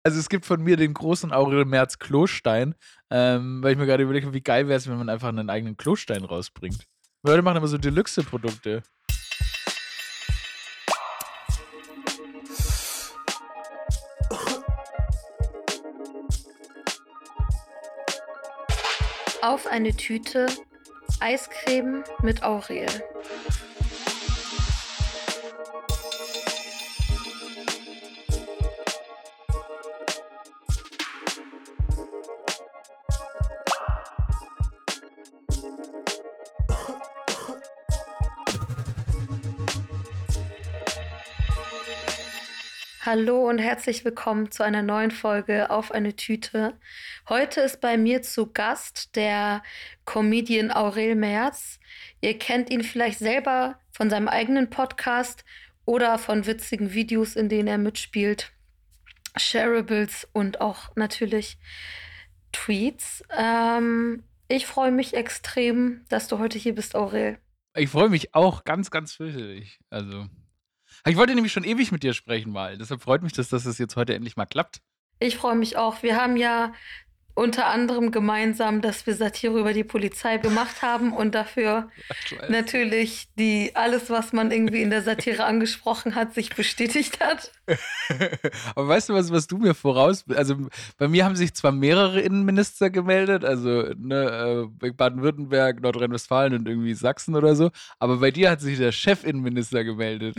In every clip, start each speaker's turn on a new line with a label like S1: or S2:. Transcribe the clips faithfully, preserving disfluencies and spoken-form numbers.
S1: Also es gibt von mir den großen Aurel Merz Klostein, ähm, weil ich mir gerade überlegt habe, wie geil wäre es, wenn man einfach einen eigenen Klostein rausbringt. Leute machen immer so Deluxe-Produkte.
S2: Auf eine Tüte Eiscreme mit Aurel. Hallo und herzlich willkommen zu einer neuen Folge Auf eine Tüte. Heute ist bei mir zu Gast der Comedian Aurel Merz. Ihr kennt ihn vielleicht selber von seinem eigenen Podcast oder von witzigen Videos, in denen er mitspielt. Shareables und auch natürlich Tweets. Ähm, ich freue mich extrem, dass du heute hier bist, Aurel.
S1: Ich freue mich auch ganz, ganz fürchterlich. Also, ich wollte nämlich schon ewig mit dir sprechen mal. Deshalb freut mich, dass das jetzt heute endlich mal klappt.
S2: Ich freue mich auch. Wir haben ja unter anderem gemeinsam, dass wir Satire über die Polizei gemacht haben und dafür natürlich die alles, was man irgendwie in der Satire angesprochen hat, sich bestätigt hat.
S1: Aber weißt du was, was du mir voraus... Also bei mir haben sich zwar mehrere Innenminister gemeldet, also ne, äh, Baden-Württemberg, Nordrhein-Westfalen und irgendwie Sachsen oder so, aber bei dir hat sich der Chefinnenminister gemeldet.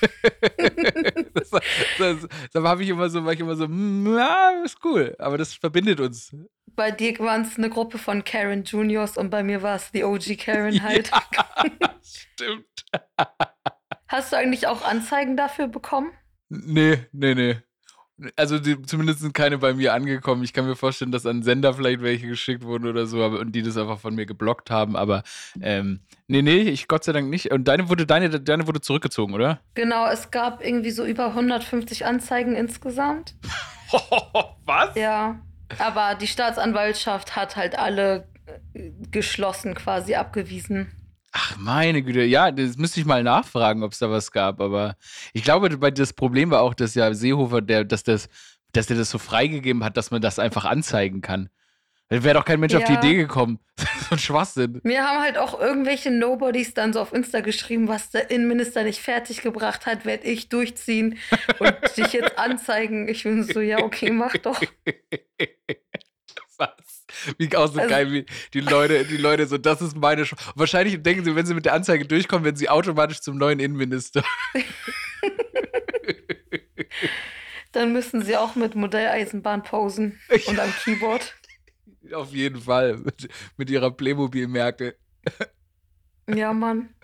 S1: das, das, da habe ich immer so, war ich immer so, mm, ja, ist cool, aber das verbindet uns.
S2: Bei dir waren es eine Gruppe von Karen Juniors und bei mir war es die O G Karen halt.
S1: Ja, stimmt.
S2: Hast du eigentlich auch Anzeigen dafür bekommen?
S1: Nee, nee, nee. Also die, zumindest sind keine bei mir angekommen. Ich kann mir vorstellen, dass an Sender vielleicht welche geschickt wurden oder so, aber, und die das einfach von mir geblockt haben. Aber ähm, nee, nee, ich Gott sei Dank nicht. Und deine wurde, deine, deine wurde zurückgezogen, oder?
S2: Genau, es gab irgendwie so über hundertfünfzig Anzeigen insgesamt.
S1: Was?
S2: Ja, aber die Staatsanwaltschaft hat halt alle geschlossen quasi abgewiesen.
S1: Ach, meine Güte, ja, das müsste ich mal nachfragen, ob es da was gab, aber ich glaube, das Problem war auch, dass ja Seehofer, der, dass das, dass der das so freigegeben hat, dass man das einfach anzeigen kann. Da wäre doch kein Mensch
S2: Ja.
S1: auf die Idee gekommen. So ein Schwachsinn.
S2: Mir haben halt auch irgendwelche Nobodies dann so auf Insta geschrieben, was der Innenminister nicht fertig gebracht hat, werde ich durchziehen und dich jetzt anzeigen. Ich bin so, ja, okay, mach doch.
S1: Was? Wie auch so also, geil, wie die Leute, die Leute so, das ist meine Sch Wahrscheinlich denken sie, wenn sie mit der Anzeige durchkommen, werden sie automatisch zum neuen Innenminister.
S2: Dann müssen sie auch mit Modelleisenbahn posen und am Keyboard.
S1: Auf jeden Fall, mit, mit ihrer Playmobil-Merkel.
S2: Ja, Mann.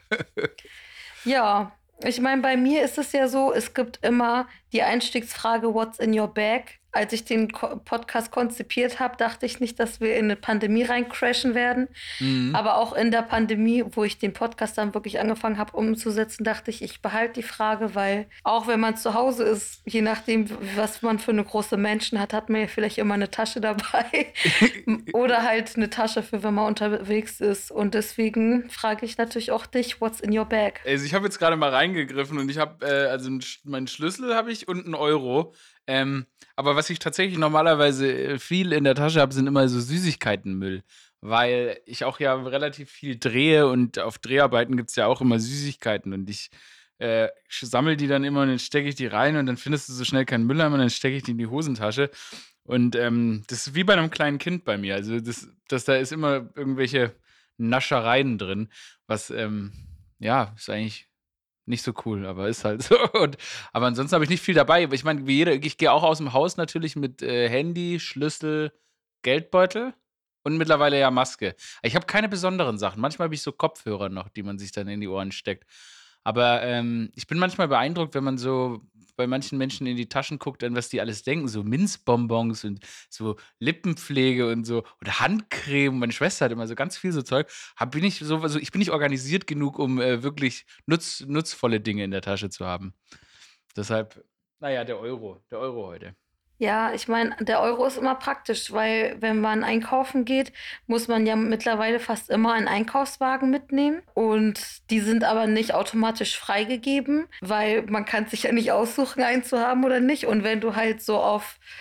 S2: Ja, ich meine, bei mir ist es ja so, es gibt immer die Einstiegsfrage, what's in your bag? Als ich den Ko- Podcast konzipiert habe, dachte ich nicht, dass wir in eine Pandemie reincrashen werden. Mhm. Aber auch in der Pandemie, wo ich den Podcast dann wirklich angefangen habe umzusetzen, dachte ich, ich behalte die Frage, weil auch wenn man zu Hause ist, je nachdem, was man für eine große Menschen hat, hat man ja vielleicht immer eine Tasche dabei. Oder halt eine Tasche für, wenn man unterwegs ist. Und deswegen frage ich natürlich auch dich, what's in your bag?
S1: Also ich habe jetzt gerade mal reingegriffen und ich habe, äh, also meinen Schlüssel habe ich und einen Euro. Ähm, aber was ich tatsächlich normalerweise viel in der Tasche habe, sind immer so Süßigkeitenmüll. Weil ich auch ja relativ viel drehe und auf Dreharbeiten gibt es ja auch immer Süßigkeiten. Und ich äh, sammle die dann immer und dann stecke ich die rein und dann findest du so schnell keinen Müll mehr und dann stecke ich die in die Hosentasche. Und ähm, das ist wie bei einem kleinen Kind bei mir. Also das, das da ist immer irgendwelche Naschereien drin, was, ähm, ja, ist eigentlich nicht so cool, aber ist halt so. Und, aber ansonsten habe ich nicht viel dabei. Ich meine, wie jeder, ich gehe auch aus dem Haus natürlich mit äh, Handy, Schlüssel, Geldbeutel und mittlerweile ja Maske. Ich habe keine besonderen Sachen. Manchmal habe ich so Kopfhörer noch, die man sich dann in die Ohren steckt. Aber ähm, ich bin manchmal beeindruckt, wenn man so bei manchen Menschen in die Taschen guckt, an was die alles denken. So Minzbonbons und so Lippenpflege und so. Oder Handcreme. Meine Schwester hat immer so ganz viel so Zeug. Hab, bin ich, so, also ich bin nicht organisiert genug, um äh, wirklich nutz, nutzvolle Dinge in der Tasche zu haben. Deshalb, naja, der Euro. Der Euro heute.
S2: Ja, ich meine, der Euro ist immer praktisch, weil wenn man einkaufen geht, muss man ja mittlerweile fast immer einen Einkaufswagen mitnehmen. Und die sind aber nicht automatisch freigegeben, weil man kann sich ja nicht aussuchen, einen zu haben oder nicht. Und wenn du halt so auf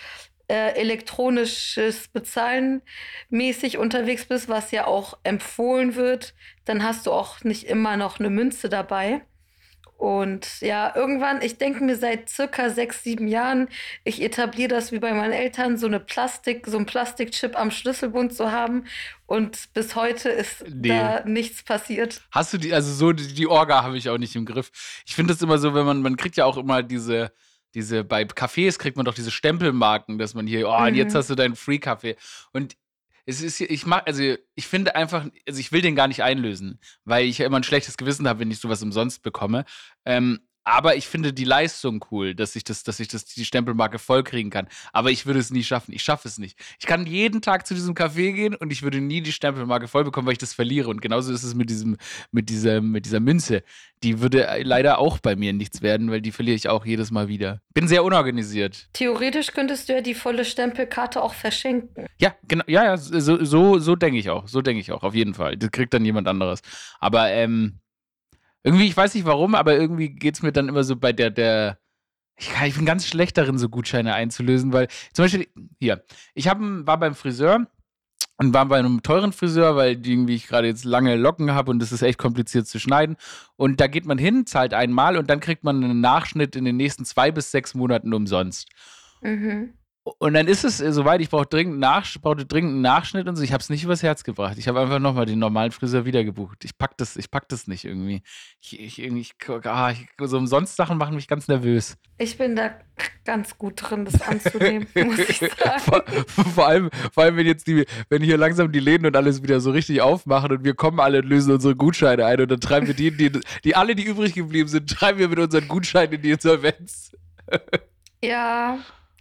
S2: äh, elektronisches Bezahlen mäßig unterwegs bist, was ja auch empfohlen wird, dann hast du auch nicht immer noch eine Münze dabei. Und ja, irgendwann, ich denke mir seit circa sechs, sieben Jahren, ich etabliere das wie bei meinen Eltern, so eine Plastik, so ein Plastikchip am Schlüsselbund zu haben. Und bis heute ist
S1: Nee.
S2: da nichts passiert.
S1: Hast du die, also so, die, die Orga habe ich auch nicht im Griff. Ich finde das immer so, wenn man, man kriegt ja auch immer diese, diese, bei Cafés kriegt man doch diese Stempelmarken, dass man hier, oh, und jetzt
S2: Mhm.
S1: hast du deinen Free-Kaffee. Und es ist, ich mach, also ich finde einfach, also ich will den gar nicht einlösen, weil ich ja immer ein schlechtes Gewissen habe, wenn ich sowas umsonst bekomme. Ähm, aber ich finde die Leistung cool, dass ich das, dass ich das, die Stempelmarke vollkriegen kann. Aber ich würde es nie schaffen. Ich schaffe es nicht. Ich kann jeden Tag zu diesem Café gehen und ich würde nie die Stempelmarke voll bekommen, weil ich das verliere. Und genauso ist es mit diesem, mit dieser, mit dieser Münze. Die würde leider auch bei mir nichts werden, weil die verliere ich auch jedes Mal wieder. Bin sehr unorganisiert.
S2: Theoretisch könntest du ja die volle Stempelkarte auch verschenken.
S1: Ja, genau, ja, ja, so, so, so denke ich auch. So denke ich auch, auf jeden Fall. Das kriegt dann jemand anderes. Aber ähm, irgendwie, ich weiß nicht warum, aber irgendwie geht es mir dann immer so bei der, der. Ich, ich bin ganz schlecht darin, so Gutscheine einzulösen, weil zum Beispiel, hier, ich hab, war beim Friseur und war bei einem teuren Friseur, weil die irgendwie ich gerade jetzt lange Locken habe und es ist echt kompliziert zu schneiden. Und da geht man hin, zahlt einmal und dann kriegt man einen Nachschnitt in den nächsten zwei bis sechs Monaten umsonst.
S2: Mhm.
S1: Und dann ist es äh, soweit, ich brauche dringend nach, brauchte dringend einen Nachschnitt und so. Ich habe es nicht übers Herz gebracht. Ich habe einfach nochmal den normalen Friseur wieder gebucht. Ich pack das, ich pack das nicht irgendwie. Ich, ich, irgendwie ich, ah, ich, so umsonst Sachen machen mich ganz nervös.
S2: Ich bin da ganz gut drin, das anzunehmen, muss ich sagen.
S1: Vor, vor, allem, vor allem, wenn jetzt die, wenn hier langsam die Läden und alles wieder so richtig aufmachen und wir kommen alle und lösen unsere Gutscheine ein und dann treiben wir die, die, die alle, die übrig geblieben sind, treiben wir mit unseren Gutscheinen in die Insolvenz.
S2: Ja.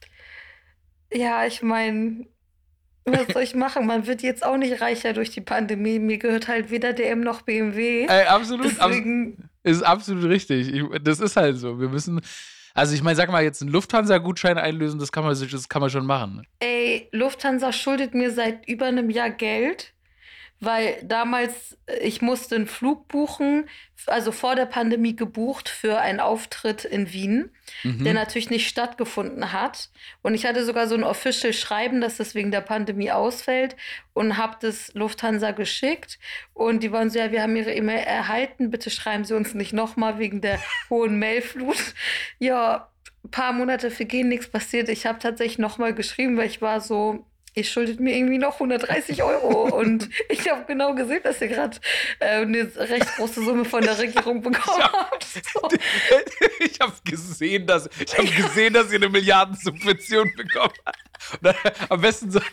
S2: Ja, ich meine, was soll ich machen? Man wird jetzt auch nicht reicher durch die Pandemie. Mir gehört halt weder D M noch B M W.
S1: Ey, absolut,
S2: Deswegen.
S1: abs- ist absolut richtig. Ich, das ist halt so. Wir müssen, also ich meine, sag mal, jetzt einen Lufthansa-Gutschein einlösen, das kann man, sich- das kann man schon machen.
S2: Ey, Lufthansa schuldet mir seit über einem Jahr Geld, weil damals, äh, ich musste einen Flug buchen, f- also vor der Pandemie gebucht für einen Auftritt in Wien, der
S1: Mhm.
S2: natürlich nicht stattgefunden hat. Und ich hatte sogar so ein Official-Schreiben, dass das wegen der Pandemie ausfällt und habe das Lufthansa geschickt. Und die waren so, ja, wir haben Ihre E-Mail erhalten, bitte schreiben Sie uns nicht nochmal wegen der hohen Mailflut. Ja, ein paar Monate vergehen, nichts passiert. Ich habe tatsächlich nochmal geschrieben, weil ich war so, ihr schuldet mir irgendwie noch hundertdreißig Euro. Und ich habe genau gesehen, dass ihr gerade äh, eine recht große Summe von der Regierung bekommen habt. So.
S1: Ich habe gesehen, dass ich habe gesehen, dass ihr eine Milliardensubvention bekommen habt. Und dann, am besten so,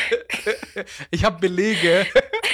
S1: ich habe Belege.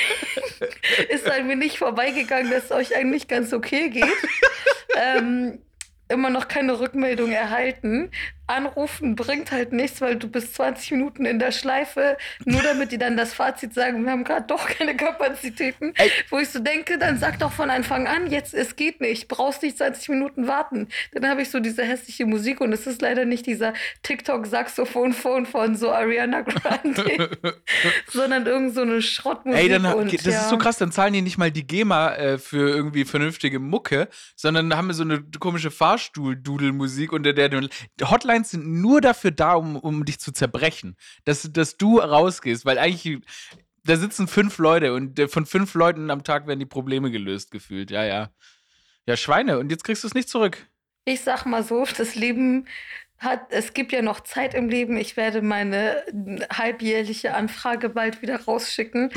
S2: Ist an mir nicht vorbeigegangen, dass es euch eigentlich ganz okay geht. ähm, immer noch keine Rückmeldung erhalten. Anrufen bringt halt nichts, weil du bist zwanzig Minuten in der Schleife, nur damit die dann das Fazit sagen, wir haben gerade doch keine Kapazitäten.
S1: Ey.
S2: Wo ich so denke, dann sag doch von Anfang an, jetzt, es geht nicht, brauchst nicht zwanzig Minuten warten. Dann habe ich so diese hässliche Musik und es ist leider nicht dieser TikTok-Saxophon-Phone von so Ariana Grande, sondern irgend so eine Schrottmusik.
S1: Ey, dann,
S2: und,
S1: das
S2: ja.
S1: ist so krass, dann zahlen die nicht mal die GEMA äh, für irgendwie vernünftige Mucke, sondern haben wir so eine komische Fahrstuhl-Dudelmusik und der, der, der Hotlines sind nur dafür da, um, um dich zu zerbrechen. Dass, dass du rausgehst, weil eigentlich, da sitzen fünf Leute und äh, von fünf Leuten am Tag werden die Probleme gelöst, gefühlt. Ja, ja. Ja, Schweine, und jetzt kriegst du es nicht zurück.
S2: Ich sag mal so, das Leben hat, es gibt ja noch Zeit im Leben. Ich werde meine halbjährliche Anfrage bald wieder rausschicken.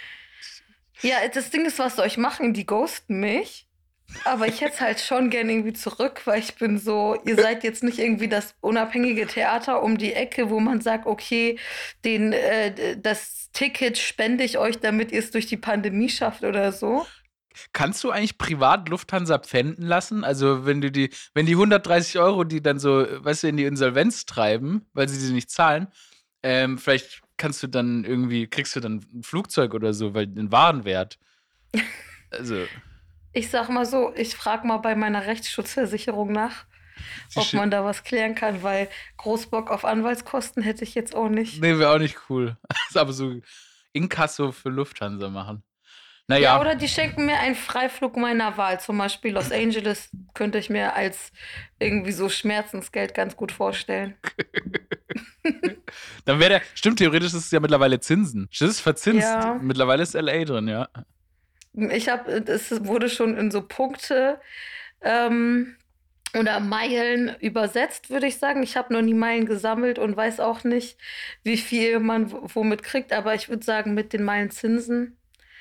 S2: Ja, das Ding ist, was soll ich machen? Die ghosten mich. Aber ich hätte es halt schon gerne irgendwie zurück, weil ich bin so, ihr seid jetzt nicht irgendwie das unabhängige Theater um die Ecke, wo man sagt, okay, den, äh, das Ticket spende ich euch, damit ihr es durch die Pandemie schafft oder so.
S1: Kannst du eigentlich privat Lufthansa pfänden lassen? Also, wenn du die, wenn die hundertdreißig Euro, die dann so, weißt du, in die Insolvenz treiben, weil sie sie nicht zahlen, ähm, vielleicht kannst du dann irgendwie, kriegst du dann ein Flugzeug oder so, weil den Warenwert. Also,
S2: Ich sag mal so, ich frage mal bei meiner Rechtsschutzversicherung nach,
S1: die
S2: ob
S1: Schi-
S2: man da was klären kann, weil groß Bock auf Anwaltskosten hätte ich jetzt auch nicht.
S1: nee, wäre auch nicht cool. Ist aber so Inkasso für Lufthansa machen.
S2: Ja,
S1: Naja,
S2: oder die schenken mir einen Freiflug meiner Wahl. Zum Beispiel Los Angeles könnte ich mir als irgendwie so Schmerzensgeld ganz gut vorstellen.
S1: Dann wäre der, stimmt, theoretisch ist es ja mittlerweile Zinsen. Das ist verzinst.
S2: Ja,
S1: Mittlerweile ist L A drin, ja.
S2: ich habe, es wurde schon in so Punkte ähm, oder Meilen übersetzt, würde ich sagen. Ich habe noch nie Meilen gesammelt und weiß auch nicht, wie viel man w- womit kriegt, aber ich würde sagen, mit den Meilenzinsen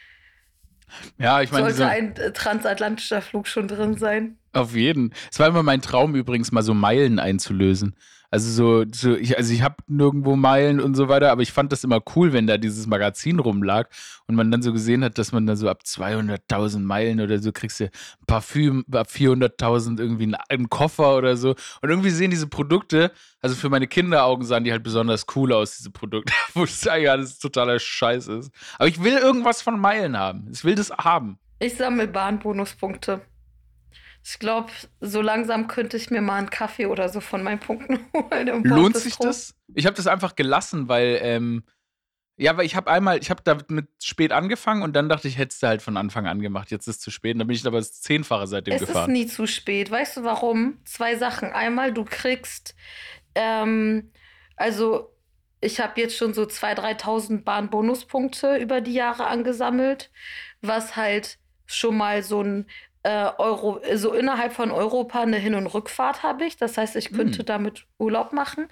S1: Ja, ich meine,
S2: sollte
S1: diese,
S2: ein äh, transatlantischer Flug schon drin sein.
S1: auf jeden. Es war immer mein Traum übrigens, mal so Meilen einzulösen. Also so, so ich, also ich habe nirgendwo Meilen und so weiter, aber ich fand das immer cool, wenn da dieses Magazin rumlag und man dann so gesehen hat, dass man da so ab zweihunderttausend Meilen oder so kriegst du ein Parfüm, ab vierhunderttausend irgendwie einen, einen Koffer oder so. Und irgendwie sehen diese Produkte, also für meine Kinderaugen sahen die halt besonders cool aus, diese Produkte, wo ich sage, ja, das totaler Scheiß ist. Aber ich will irgendwas von Meilen haben. Ich will das haben.
S2: Ich sammle Bahnbonuspunkte. Ich glaube, so langsam könnte ich mir mal einen Kaffee oder so von meinen Punkten holen im
S1: Lohnt sich
S2: Bordbistro.
S1: das? Ich habe das einfach gelassen, weil, ähm, ja, weil ich habe einmal, ich habe damit spät angefangen und dann dachte ich, hättest du halt von Anfang an gemacht. Jetzt ist es zu spät. Und dann bin ich aber das Zehnfache seitdem
S2: Es ist
S1: gefahren.
S2: nie zu spät. Weißt du warum? Zwei Sachen. Einmal, du kriegst, ähm, also ich habe jetzt schon so zweitausend, dreitausend Bahnbonuspunkte über die Jahre angesammelt, was halt schon mal so ein äh, Euro, so innerhalb von Europa eine Hin- und Rückfahrt habe ich. Das heißt, ich könnte
S1: Hm.
S2: damit Urlaub machen.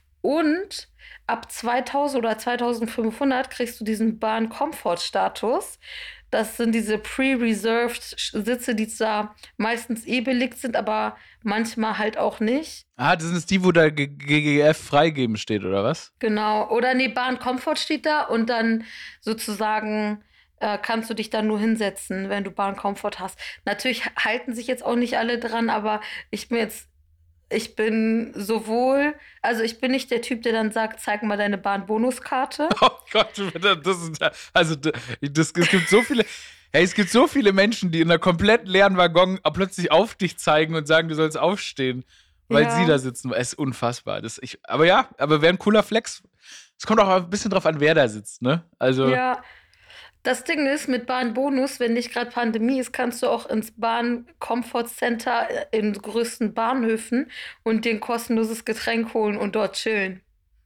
S2: Und ab zweitausend oder zweitausendfünfhundert kriegst du diesen Bahn-Komfort-Status. Das sind diese pre-reserved Sitze, die zwar meistens eh belegt sind, aber manchmal halt auch nicht.
S1: Ah, das sind die, wo da G G F freigeben steht, oder was?
S2: Genau. Oder nee, Bahn-Komfort steht da und dann sozusagen äh, kannst du dich dann nur hinsetzen, wenn du Bahn-Komfort hast. Natürlich halten sich jetzt auch nicht alle dran, aber ich bin jetzt, ich bin sowohl, also ich bin nicht der Typ, der dann sagt, zeig mal deine Bahn-Bonuskarte.
S1: Oh Gott, das ist, also das, es gibt so viele, hey, es gibt so viele Menschen, die in einer komplett leeren Waggon plötzlich auf dich zeigen und sagen, du sollst aufstehen, weil sie
S2: Ja.
S1: da sitzen. Es ist unfassbar. Das, ich, aber ja, aber wäre ein cooler Flex. Es kommt auch ein bisschen drauf an, wer da sitzt, ne? Also,
S2: Ja, das Ding ist, mit Bahnbonus, wenn nicht gerade Pandemie ist, kannst du auch ins Bahn-Comfort-Center äh, in größten Bahnhöfen und dir ein kostenloses Getränk holen und dort chillen.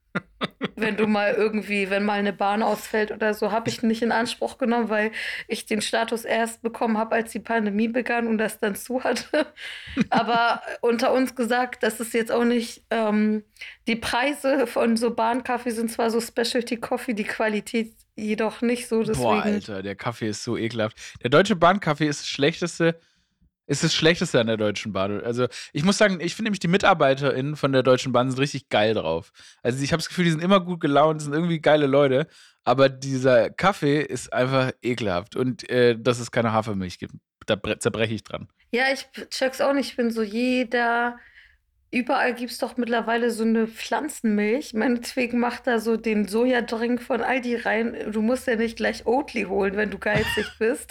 S2: Wenn du mal irgendwie, wenn mal eine Bahn ausfällt oder so, habe ich nicht in Anspruch genommen, weil ich den Status erst bekommen habe, als die Pandemie begann und das dann zu hatte. Aber unter uns gesagt, das ist jetzt auch nicht, ähm, die Preise von so Bahnkaffee sind zwar so Specialty Coffee, die Qualität jedoch nicht so,
S1: boah,
S2: deswegen.
S1: Alter, der Kaffee ist so ekelhaft. Der Deutsche Bahnkaffee ist das schlechteste, ist das Schlechteste an der Deutschen Bahn. Also, ich muss sagen, ich finde nämlich die MitarbeiterInnen von der Deutschen Bahn sind richtig geil drauf. Also, ich habe das Gefühl, die sind immer gut gelaunt, sind irgendwie geile Leute, aber dieser Kaffee ist einfach ekelhaft und äh, dass es keine Hafermilch gibt. Da bre- zerbreche ich dran.
S2: Ja, ich check's auch nicht. Ich bin so jeder. Überall gibt es doch mittlerweile so eine Pflanzenmilch. Meinetwegen macht da so den Sojadrink von Aldi rein. Du musst ja nicht gleich Oatly holen, wenn du geizig bist.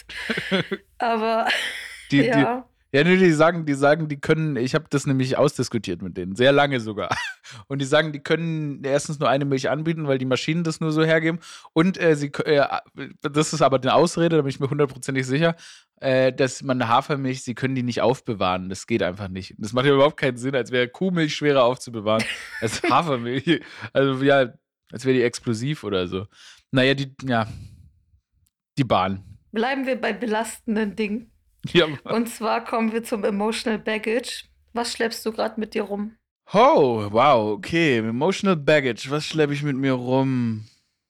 S2: Aber
S1: Die, die,
S2: ja.
S1: ja, nee, die sagen, die sagen, die können, ich habe das nämlich ausdiskutiert mit denen, sehr lange sogar. Und die sagen, die können erstens nur eine Milch anbieten, weil die Maschinen das nur so hergeben. Und äh, sie, äh, das ist aber eine Ausrede, da bin ich mir hundertprozentig sicher, äh, dass man eine Hafermilch, sie können die nicht aufbewahren. Das geht einfach nicht. Das macht ja überhaupt keinen Sinn, als wäre Kuhmilch schwerer aufzubewahren als Hafermilch. Also ja, als wäre die explosiv oder so. Naja, die, ja, die Bahn.
S2: Bleiben wir bei belastenden Dingen.
S1: Ja,
S2: Und zwar kommen wir zum Emotional Baggage. Was schleppst du gerade mit dir rum?
S1: oh, wow, okay. Emotional Baggage. Was schleppe ich mit mir rum?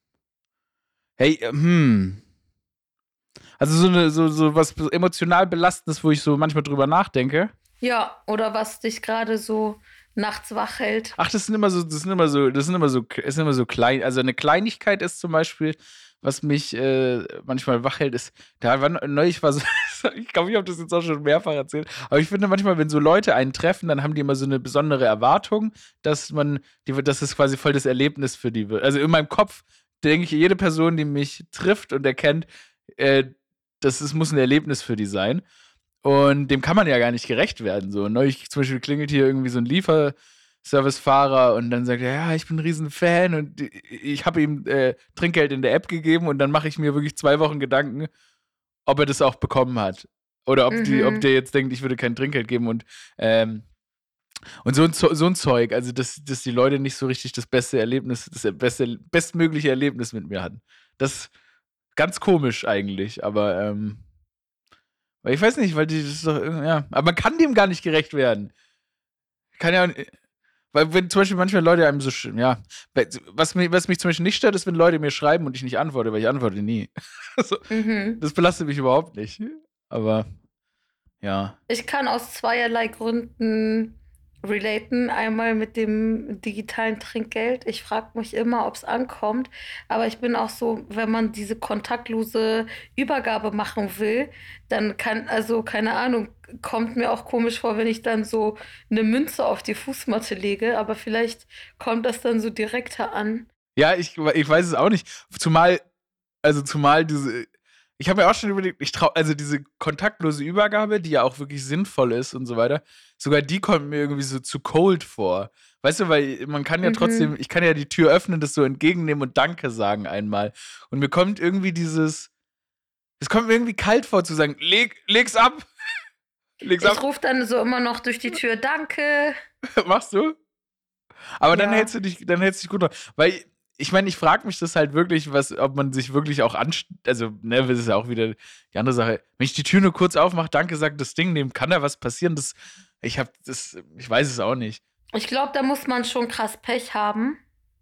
S1: Hey, äh, hm. Also so, eine, so, so was emotional Belastendes, wo ich so manchmal drüber nachdenke.
S2: Ja, oder was dich gerade so nachts wach hält.
S1: Ach, das sind immer so, das sind immer so, das sind immer so, es sind immer so klein. Also eine Kleinigkeit ist zum Beispiel, was mich äh, manchmal wach hält, ist, da war neulich war so, ich glaube, ich habe das jetzt auch schon mehrfach erzählt, aber ich finde manchmal, wenn so Leute einen treffen, dann haben die immer so eine besondere Erwartung, dass man, die, dass es quasi voll das Erlebnis für die wird. Also in meinem Kopf denke ich, jede Person, die mich trifft und erkennt, äh, das ist, muss ein Erlebnis für die sein. Und dem kann man ja gar nicht gerecht werden. So, neulich zum Beispiel klingelt hier irgendwie so ein Lieferservicefahrer und dann sagt er, ja, ich bin ein riesen Fan und ich habe ihm äh, Trinkgeld in der App gegeben und dann mache ich mir wirklich zwei Wochen Gedanken, ob er das auch bekommen hat. Oder ob, die, ob
S2: Mhm.
S1: der jetzt denkt, ich würde kein Trinkgeld geben und ähm, Und so ein, Zo- so ein Zeug, also dass, dass die Leute nicht so richtig das beste Erlebnis, das beste, bestmögliche Erlebnis mit mir hatten. Das ist ganz komisch eigentlich, aber ähm, weil ich weiß nicht, weil die das ist doch irgendwie- ja, aber man kann dem gar nicht gerecht werden. Kann ja, weil wenn zum Beispiel manchmal Leute einem so, sch- ja, was mich, was mich zum Beispiel nicht stört, ist, wenn Leute mir schreiben und ich nicht antworte, weil ich antworte nie. Also,
S2: Mhm.
S1: das belastet mich überhaupt nicht. Aber ja.
S2: Ich kann aus zweierlei Gründen relaten. Einmal mit dem digitalen Trinkgeld. Ich frage mich immer, ob es ankommt. Aber ich bin auch so, wenn man diese kontaktlose Übergabe machen will, dann kann, also keine Ahnung, kommt mir auch komisch vor, wenn ich dann so eine Münze auf die Fußmatte lege. Aber vielleicht kommt das dann so direkter an.
S1: Ja, ich, ich weiß es auch nicht. Zumal, also zumal diese, ich habe mir auch schon überlegt, ich trau, also diese kontaktlose Übergabe, die ja auch wirklich sinnvoll ist und so weiter, sogar die kommt mir irgendwie so zu cold vor. Weißt du, weil man kann ja trotzdem,
S2: Mhm.
S1: ich kann ja die Tür öffnen, das so entgegennehmen und Danke sagen einmal. Und mir kommt irgendwie dieses, es kommt mir irgendwie kalt vor zu sagen, leg, leg's ab, leg's
S2: Ich
S1: ab,
S2: rufe dann so immer noch durch die Tür, danke.
S1: machst du? Aber dann
S2: Ja.
S1: hältst du dich, dann hältst du dich gut dran. Weil, ich meine, ich frage mich das halt wirklich, was, ob man sich wirklich auch anst... Also, ne, das ist ja auch wieder die andere Sache. Wenn ich die Tür nur kurz aufmache, danke, sag das Ding nehmen, kann da was passieren? Das, ich hab das, ich weiß es auch nicht.
S2: Ich glaube, da muss man schon krass Pech haben.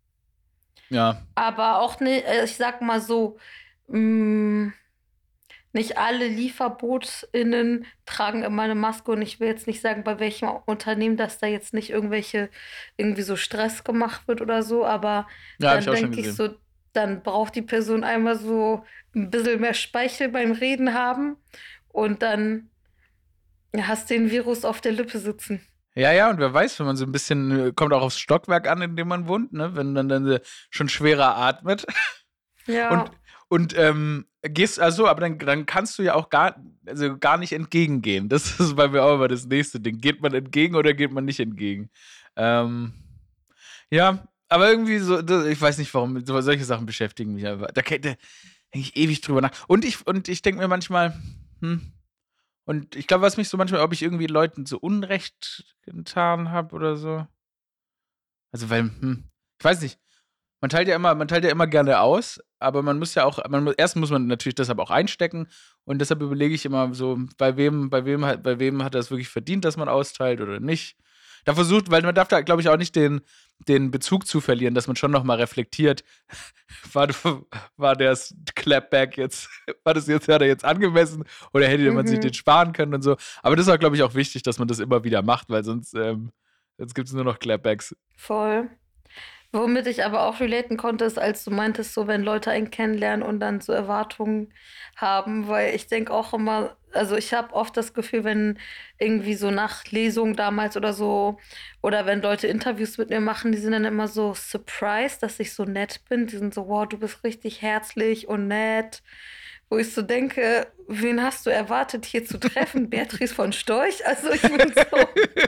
S1: Ja.
S2: Aber auch nicht, ich sag mal so, mh, nicht alle LieferbotInnen tragen immer eine Maske und ich will jetzt nicht sagen, bei welchem Unternehmen, dass da jetzt nicht irgendwelche, irgendwie so Stress gemacht wird oder so, aber
S1: Ja, hab ich
S2: dann
S1: auch schon
S2: denke ich
S1: gesehen.
S2: so, dann braucht die Person einmal so ein bisschen mehr Speichel beim Reden haben und dann hast du den Virus auf der Lippe sitzen.
S1: Ja, ja, und wer weiß, wenn man so ein bisschen, äh, kommt auch aufs Stockwerk an, in dem man wohnt, ne? Wenn man dann äh, schon schwerer atmet.
S2: Ja.
S1: Und, und ähm, gehst, also, aber dann, dann kannst du ja auch gar, also gar nicht entgegengehen. Das ist bei mir auch immer das nächste Ding. Geht man entgegen oder geht man nicht entgegen? Ähm, ja, aber irgendwie so, das, ich weiß nicht warum, so, solche Sachen beschäftigen mich einfach. Da, da denke ich ewig drüber nach. Und ich, und ich denke mir manchmal, hm, und ich glaube, was mich so manchmal, ob ich irgendwie Leuten so Unrecht getan habe oder so. Also, weil, hm, ich weiß nicht. Man teilt ja immer, man teilt ja immer gerne aus, aber man muss ja auch, man muss, erst muss man natürlich deshalb auch einstecken und deshalb überlege ich immer so, bei wem, bei wem hat, bei wem hat das wirklich verdient, dass man austeilt oder nicht. Da versucht, weil man darf da, glaube ich, auch nicht den, den Bezug zu verlieren, dass man schon nochmal reflektiert, war, war der Clapback jetzt, war das jetzt, hat er jetzt angemessen oder hätte man sich
S2: Mhm.
S1: den sparen können und so. Aber das ist auch, glaube ich, auch wichtig, dass man das immer wieder macht, weil sonst, ähm, sonst gibt es nur noch Clapbacks.
S2: Voll. Womit ich aber auch relaten konnte, ist, als du meintest, so wenn Leute einen kennenlernen und dann so Erwartungen haben, weil ich denke auch immer, also ich habe oft das Gefühl, wenn irgendwie so nach Lesungen damals oder so, oder wenn Leute Interviews mit mir machen, die sind dann immer so surprised, dass ich so nett bin. Die sind so, wow, du bist richtig herzlich und nett. Wo ich so denke, wen hast du erwartet, hier zu treffen? Beatrice von Storch? Also ich bin so.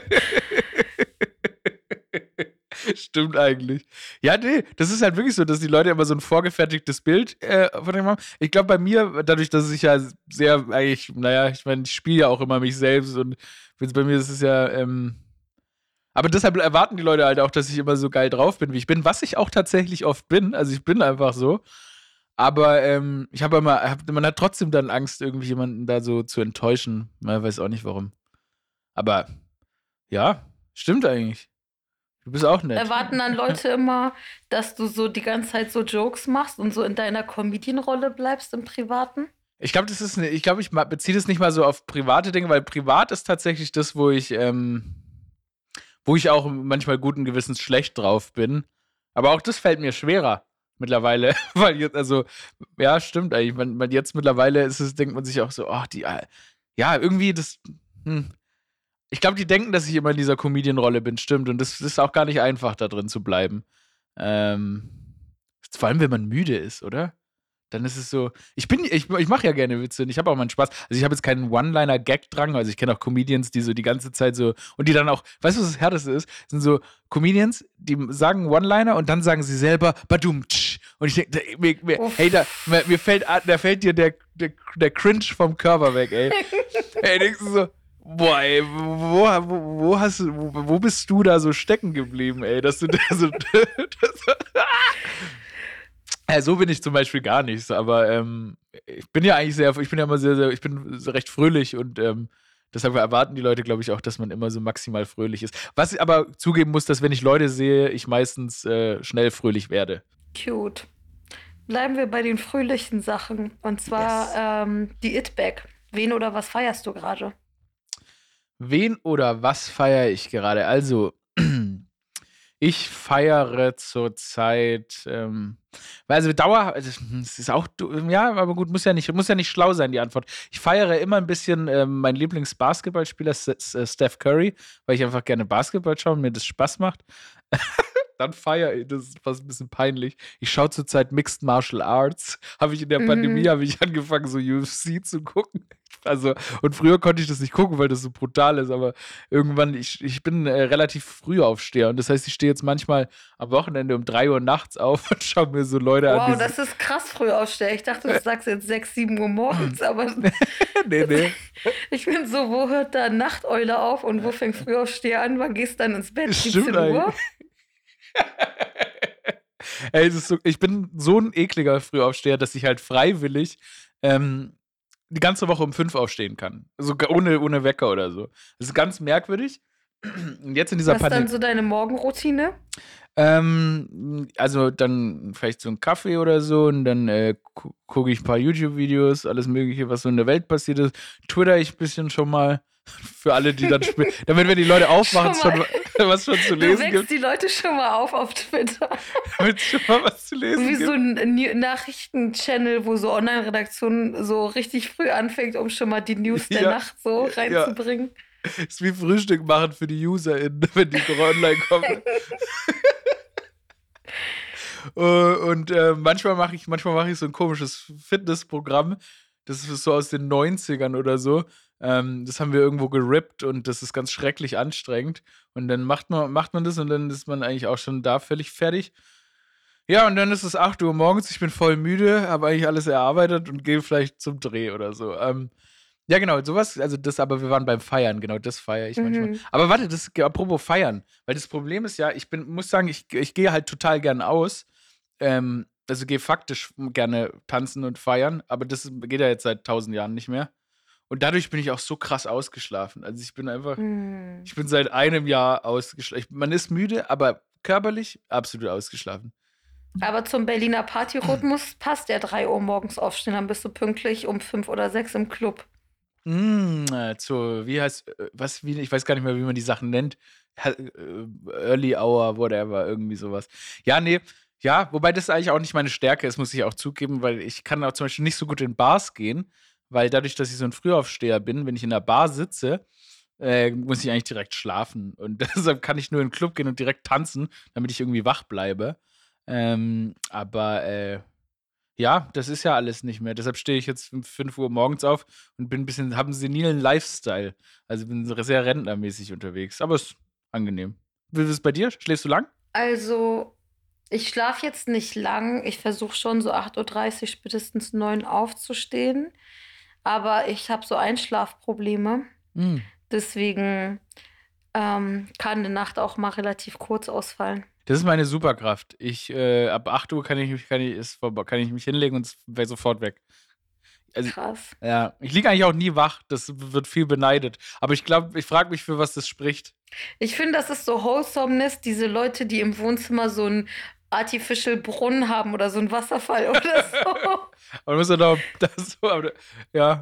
S1: Stimmt eigentlich. Ja, nee, das ist halt wirklich so, dass die Leute immer so ein vorgefertigtes Bild äh, von dem haben. Ich glaube, bei mir, dadurch, dass ich ja sehr eigentlich, naja, ich meine, ich spiele ja auch immer mich selbst und bei mir ist es ja, ähm, aber deshalb erwarten die Leute halt auch, dass ich immer so geil drauf bin, wie ich bin, was ich auch tatsächlich oft bin. Also ich bin einfach so. Aber ähm, ich habe immer, hab, man hat trotzdem dann Angst, irgendwie jemanden da so zu enttäuschen. Man weiß auch nicht warum. Aber ja, stimmt eigentlich. Du bist auch nett.
S2: Erwarten dann Leute immer, dass du so die ganze Zeit so Jokes machst und so in deiner Comedian-Rolle bleibst im Privaten?
S1: Ich glaube, das ist, ne, ich glaube, ich beziehe das nicht mal so auf private Dinge, weil privat ist tatsächlich das, wo ich, ähm, wo ich auch manchmal guten Gewissens schlecht drauf bin. Aber auch das fällt mir schwerer mittlerweile, weil jetzt, also, ja, stimmt eigentlich. Man, man jetzt mittlerweile ist es, denkt man sich auch so, ach, die, ja, irgendwie das, hm. Ich glaube, die denken, dass ich immer in dieser Comedian-Rolle bin, stimmt. Und das ist auch gar nicht einfach, da drin zu bleiben. Ähm, vor allem, wenn man müde ist, oder? Dann ist es so, ich bin, ich, ich mache ja gerne Witze und ich habe auch meinen Spaß. Also ich habe jetzt keinen One-Liner-Gag-Drang, also ich kenne auch Comedians, die so die ganze Zeit so, und die dann auch, weißt du, was das Härteste ist? Das sind so Comedians, die sagen One-Liner und dann sagen sie selber Badum, tsch. Und ich denke, mir, mir, hey, da, mir, mir fällt, da fällt dir der, der, der Cringe vom Körper weg, ey. Ey, denkst du so, Boah, ey, wo, wo, wo, hast du, wo, wo bist du da so stecken geblieben, ey? Dass du da so. Das, ja, so bin ich zum Beispiel gar nicht, so, aber ähm, ich bin ja eigentlich sehr, ich bin ja immer sehr, sehr, ich bin so recht fröhlich und ähm, deshalb erwarten die Leute, glaube ich, auch, dass man immer so maximal fröhlich ist. Was ich aber zugeben muss, dass wenn ich Leute sehe, ich meistens äh, schnell fröhlich werde.
S2: Cute. Bleiben wir bei den fröhlichen Sachen. Und zwar
S1: Yes.
S2: ähm, die It-Bag. Wen oder was feierst du gerade?
S1: Wen oder was feiere ich gerade? Also, ich feiere zurzeit, ähm, also Dauer, also es ist auch, du- ja, aber gut, muss ja nicht, muss ja nicht schlau sein, die Antwort. Ich feiere immer ein bisschen ähm, meinen Lieblingsbasketballspieler, S- S- Steph Curry, weil ich einfach gerne Basketball schaue und mir das Spaß macht. Dann feiere ich, das ist fast ein bisschen peinlich. Ich schaue zurzeit Mixed Martial Arts. Habe ich in der Pandemie,
S2: Mhm.
S1: habe ich angefangen, so U F C zu gucken. Also, und früher konnte ich das nicht gucken, weil das so brutal ist, aber irgendwann, ich, ich bin äh, relativ früh aufsteher und das heißt, ich stehe jetzt manchmal am Wochenende um drei Uhr nachts auf und schaue mir so Leute an, die
S2: Wow,
S1: so,
S2: das ist krass früh aufstehen. Ich dachte, du sagst jetzt sechs, sieben Uhr morgens, aber
S1: nee, nee,
S2: ich bin so, wo hört da Nachteule auf und wo fängt Frühaufsteher an? Wann gehst du dann ins Bett?
S1: stimmt
S2: siebzehn Uhr?
S1: eigentlich. Ey, es ist so, ich bin so ein ekliger Frühaufsteher, dass ich halt freiwillig ähm, die ganze Woche um fünf aufstehen kann. Also ga- ohne, ohne Wecker oder so. Das ist ganz merkwürdig. Und jetzt in dieser
S2: Was ist dann
S1: Pandemie.
S2: so deine Morgenroutine?
S1: Ähm, also dann vielleicht so einen Kaffee oder so und dann äh, gu gucke ich ein paar YouTube-Videos, alles Mögliche, was so in der Welt passiert ist. Twitter ich ein bisschen schon mal für alle, die dann spielen. Damit, wenn die Leute aufwachen, es
S2: Schon
S1: schon
S2: mal.
S1: wa- was schon zu
S2: Du
S1: lesen
S2: wächst
S1: gibt.
S2: die Leute schon mal auf auf Twitter.
S1: Damit es schon mal was zu lesen
S2: Wie so
S1: gibt.
S2: ein New- Nachrichten-Channel, wo so Online-Redaktion so richtig früh anfängt, um schon mal die News der
S1: Ja,
S2: Nacht so
S1: ja,
S2: reinzubringen.
S1: ist wie Frühstück machen für die UserInnen, wenn die online kommen. Äh, Und äh, manchmal mache ich, manchmal mache ich so ein komisches Fitnessprogramm. Das ist so aus den Neunzigern oder so. Ähm, das haben wir irgendwo gerippt und das ist ganz schrecklich anstrengend. Und dann macht man, macht man das und dann ist man eigentlich auch schon da völlig fertig. Ja, und dann ist es acht Uhr morgens, ich bin voll müde, habe eigentlich alles erarbeitet und gehe vielleicht zum Dreh oder so. Ähm, ja, genau, sowas, also das, aber wir waren beim Feiern, genau, das feiere ich manchmal.
S2: Mhm.
S1: Aber warte, das apropos Feiern, weil das Problem ist ja, ich bin, muss sagen, ich, ich gehe halt total gern aus. Ähm, also gehe faktisch gerne tanzen und feiern, aber das geht ja jetzt seit tausend Jahren nicht mehr. Und dadurch bin ich auch so krass ausgeschlafen. Also ich bin einfach,
S2: Mhm.
S1: ich bin seit einem Jahr ausgeschlafen. Man ist müde, aber körperlich absolut ausgeschlafen.
S2: Aber zum Berliner Partyrhythmus passt der drei Uhr morgens aufstehen, dann bist du pünktlich um fünf oder sechs im Club.
S1: Mm, äh, so, wie heißt, äh, was, wie, ich weiß gar nicht mehr, wie man die Sachen nennt. Ha- äh, Early Hour, whatever, irgendwie sowas. Ja, nee, ja, wobei das eigentlich auch nicht meine Stärke ist, muss ich auch zugeben, weil ich kann auch zum Beispiel nicht so gut in Bars gehen, weil dadurch, dass ich so ein Frühaufsteher bin, wenn ich in der Bar sitze, äh, muss ich eigentlich direkt schlafen. Und deshalb kann ich nur in den Club gehen und direkt tanzen, damit ich irgendwie wach bleibe. Ähm, aber äh, ja, das ist ja alles nicht mehr. Deshalb stehe ich jetzt um fünf Uhr morgens auf und bin ein bisschen, habe einen senilen Lifestyle. Also bin so sehr rentnermäßig unterwegs. Aber ist angenehm. Wie ist es bei dir? Schläfst du lang?
S2: Also, ich schlafe jetzt nicht lang. Ich versuche schon so acht Uhr dreißig, spätestens neun aufzustehen. Aber ich habe so Einschlafprobleme.
S1: Hm.
S2: Deswegen ähm, kann eine Nacht auch mal relativ kurz ausfallen.
S1: Das ist meine Superkraft. Ich, äh, ab acht Uhr kann ich, mich- kann ich, ist, vorbei- kann ich mich hinlegen und es wäre sofort weg. Also,
S2: Krass.
S1: ja, ich liege eigentlich auch nie wach. Das wird viel beneidet. Aber ich glaube, ich frage mich, für was das spricht.
S2: Ich finde, das ist so Wholesomeness, diese Leute, die im Wohnzimmer so einen Artificial Brunnen haben oder so einen Wasserfall oder so.
S1: Aber muss ja doch, das so, aber, ja.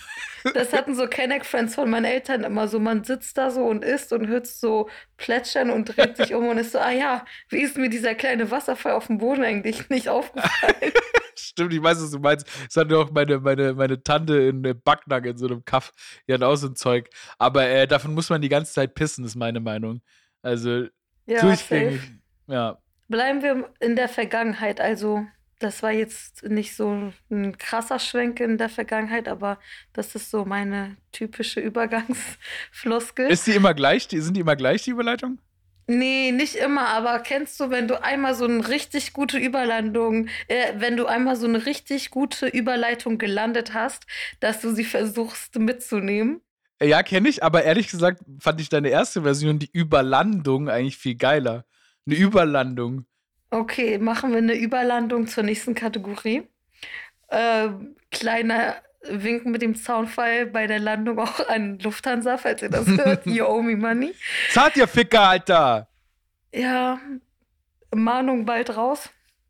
S2: Das hatten so Kenneck-Friends von meinen Eltern immer so. Man sitzt da so und isst und hört so plätschern und dreht sich um und ist so, ah ja, wie ist mir dieser kleine Wasserfall auf dem Boden eigentlich nicht aufgefallen?
S1: Stimmt, ich weiß, was du meinst. Das hatte auch meine, meine, meine Tante in äh, Backnang in so einem Kaff. Die hat auch so ein Zeug. Aber äh, davon muss man die ganze Zeit pissen, ist meine Meinung. Also
S2: Ja,
S1: durchgängig.
S2: safe.
S1: Ja.
S2: Bleiben wir in der Vergangenheit. Also, das war jetzt nicht so ein krasser Schwenk in der Vergangenheit, aber das ist so meine typische Übergangsfloskel.
S1: Ist die immer gleich? Die, sind die immer gleich, die Überleitung?
S2: Nee, nicht immer, aber kennst du, wenn du einmal so eine richtig gute Überlandung, äh, wenn du einmal so eine richtig gute Überleitung gelandet hast, dass du sie versuchst mitzunehmen?
S1: Ja, kenne ich, aber ehrlich gesagt fand ich deine erste Version, die Überlandung, eigentlich viel geiler. Eine Überlandung.
S2: Okay, machen wir eine Überlandung zur nächsten Kategorie. Ähm, kleiner Wink mit dem Zaunpfeil bei der Landung auch an Lufthansa, falls ihr das hört. You owe me money.
S1: Zahlt ihr Ficker, Alter!
S2: Ja, Mahnung bald raus.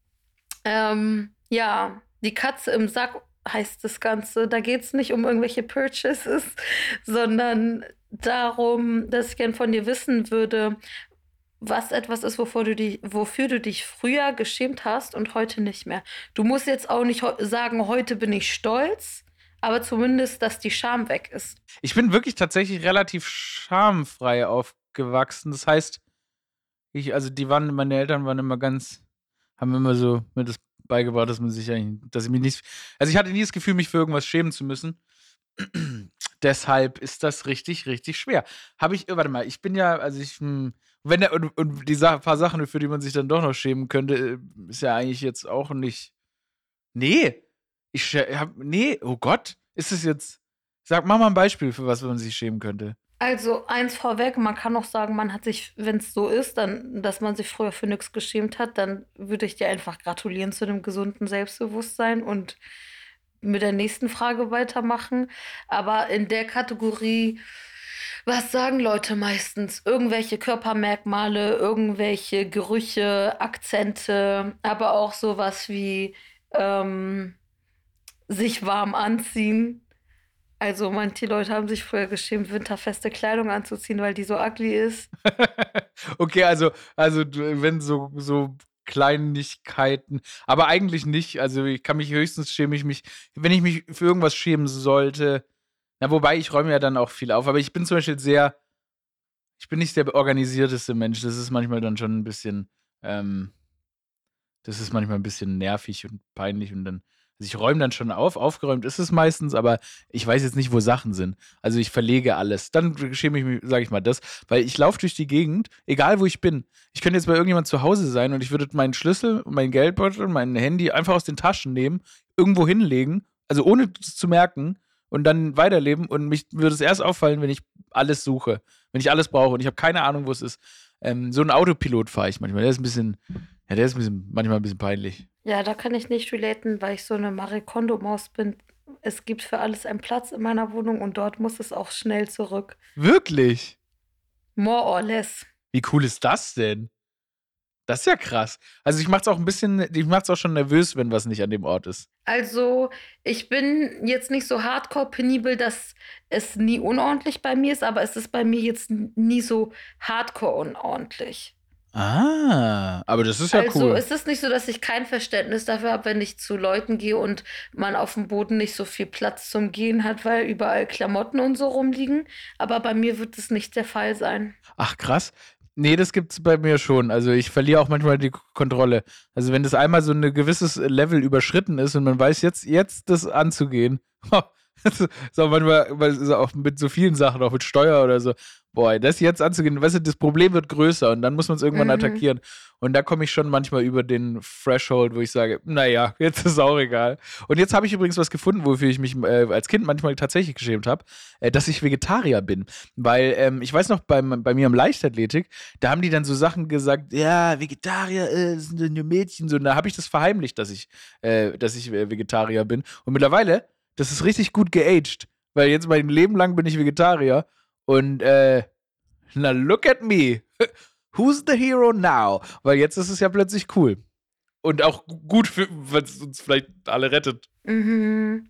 S2: Ähm, ja, die Katze im Sack heißt das Ganze. Da geht es nicht um irgendwelche Purchases, sondern darum, dass ich gern von dir wissen würde, was etwas ist, wovor du dich, wofür du dich früher geschämt hast und heute nicht mehr. Du musst jetzt auch nicht heu- sagen, heute bin ich stolz, aber zumindest, dass die Scham weg ist.
S1: Ich bin wirklich tatsächlich relativ schamfrei aufgewachsen. Das heißt, ich, also die waren, meine Eltern waren immer ganz, haben immer so mir das beigebracht, dass man sich eigentlich, dass ich mich nicht, also ich hatte nie das Gefühl, mich für irgendwas schämen zu müssen. Deshalb ist das richtig, richtig schwer. Habe ich, warte mal, ich bin ja, also ich, hm, wenn der, und, und die Sa paar Sachen, für die man sich dann doch noch schämen könnte, äh, ist ja eigentlich jetzt auch nicht. Nee, ich schä- hab, nee, oh Gott, ist es jetzt, sag, mach mal ein Beispiel, für was man sich schämen könnte.
S2: Also eins vorweg, man kann auch sagen, man hat sich, wenn es so ist, dann, dass man sich früher für nichts geschämt hat, dann würde ich dir einfach gratulieren zu dem gesunden Selbstbewusstsein und mit der nächsten Frage weitermachen. Aber in der Kategorie, was sagen Leute meistens? Irgendwelche Körpermerkmale, irgendwelche Gerüche, Akzente, aber auch sowas wie ähm, sich warm anziehen. Also manche Leute haben sich früher geschämt, winterfeste Kleidung anzuziehen, weil die so ugly ist.
S1: Okay, also, also du- wenn so, so Kleinigkeiten, aber eigentlich nicht. Also ich kann mich höchstens schäme ich mich, wenn ich mich für irgendwas schämen sollte. Na, wobei ich räume ja dann auch viel auf, aber ich bin zum Beispiel sehr, ich bin nicht der organisierteste Mensch. Das ist manchmal dann schon ein bisschen, ähm, das ist manchmal ein bisschen nervig und peinlich und dann, also ich räume dann schon auf, aufgeräumt ist es meistens, aber ich weiß jetzt nicht, wo Sachen sind. Also ich verlege alles. Dann schäme ich mich, sage ich mal das, weil ich laufe durch die Gegend, egal wo ich bin. Ich könnte jetzt bei irgendjemand zu Hause sein und ich würde meinen Schlüssel, mein Geldbeutel, mein Handy einfach aus den Taschen nehmen, irgendwo hinlegen, also ohne es zu merken und dann weiterleben und mich würde es erst auffallen, wenn ich alles suche, wenn ich alles brauche und ich habe keine Ahnung, wo es ist. Ähm, so ein Autopilot fahre ich manchmal. Der ist ein bisschen, ja, der ist ein bisschen, manchmal ein bisschen peinlich.
S2: Ja, da kann ich nicht relaten, weil ich so eine Marie Kondo-Maus bin. Es gibt für alles einen Platz in meiner Wohnung und dort muss es auch schnell zurück.
S1: Wirklich?
S2: More or less.
S1: Wie cool ist das denn? Das ist ja krass. Also ich mach's auch ein bisschen, ich mach's auch schon nervös, wenn was nicht an dem Ort ist.
S2: Also, ich bin jetzt nicht so hardcore penibel, dass es nie unordentlich bei mir ist, aber es ist bei mir jetzt n- nie so hardcore unordentlich.
S1: Ah, aber das ist ja
S2: Also,
S1: cool.
S2: es ist nicht so, dass ich kein Verständnis dafür habe, wenn ich zu Leuten gehe und man auf dem Boden nicht so viel Platz zum Gehen hat, weil überall Klamotten und so rumliegen. Aber bei mir wird es nicht der Fall sein.
S1: Ach, krass. Nee, das gibt's bei mir schon. Also ich verliere auch manchmal die K- Kontrolle. Also wenn das einmal so ein gewisses Level überschritten ist und man weiß jetzt, jetzt das anzugehen. Das ist auch manchmal, weil es ist auch mit so vielen Sachen, auch mit Steuer oder so. Boah, das jetzt anzugehen, weißt du, das Problem wird größer und dann muss man es irgendwann
S2: Mhm.
S1: attackieren. Und da komme ich schon manchmal über den Threshold, wo ich sage, naja, jetzt ist auch egal. Und jetzt habe ich übrigens was gefunden, wofür ich mich äh, als Kind manchmal tatsächlich geschämt habe, äh, dass ich Vegetarier bin. Weil ähm, ich weiß noch, beim, bei mir im Leichtathletik, da haben die dann so Sachen gesagt, ja, Vegetarier äh, sind ja nur Mädchen. So, und da habe ich das verheimlicht, dass ich, äh, dass ich äh, Vegetarier bin. Und mittlerweile, das ist richtig gut geaged. Weil jetzt mein Leben lang bin ich Vegetarier. Und äh, na look at me. Who's the hero now? Weil jetzt ist es ja plötzlich cool. Und auch gut, weil es uns vielleicht alle rettet.
S2: Mhm.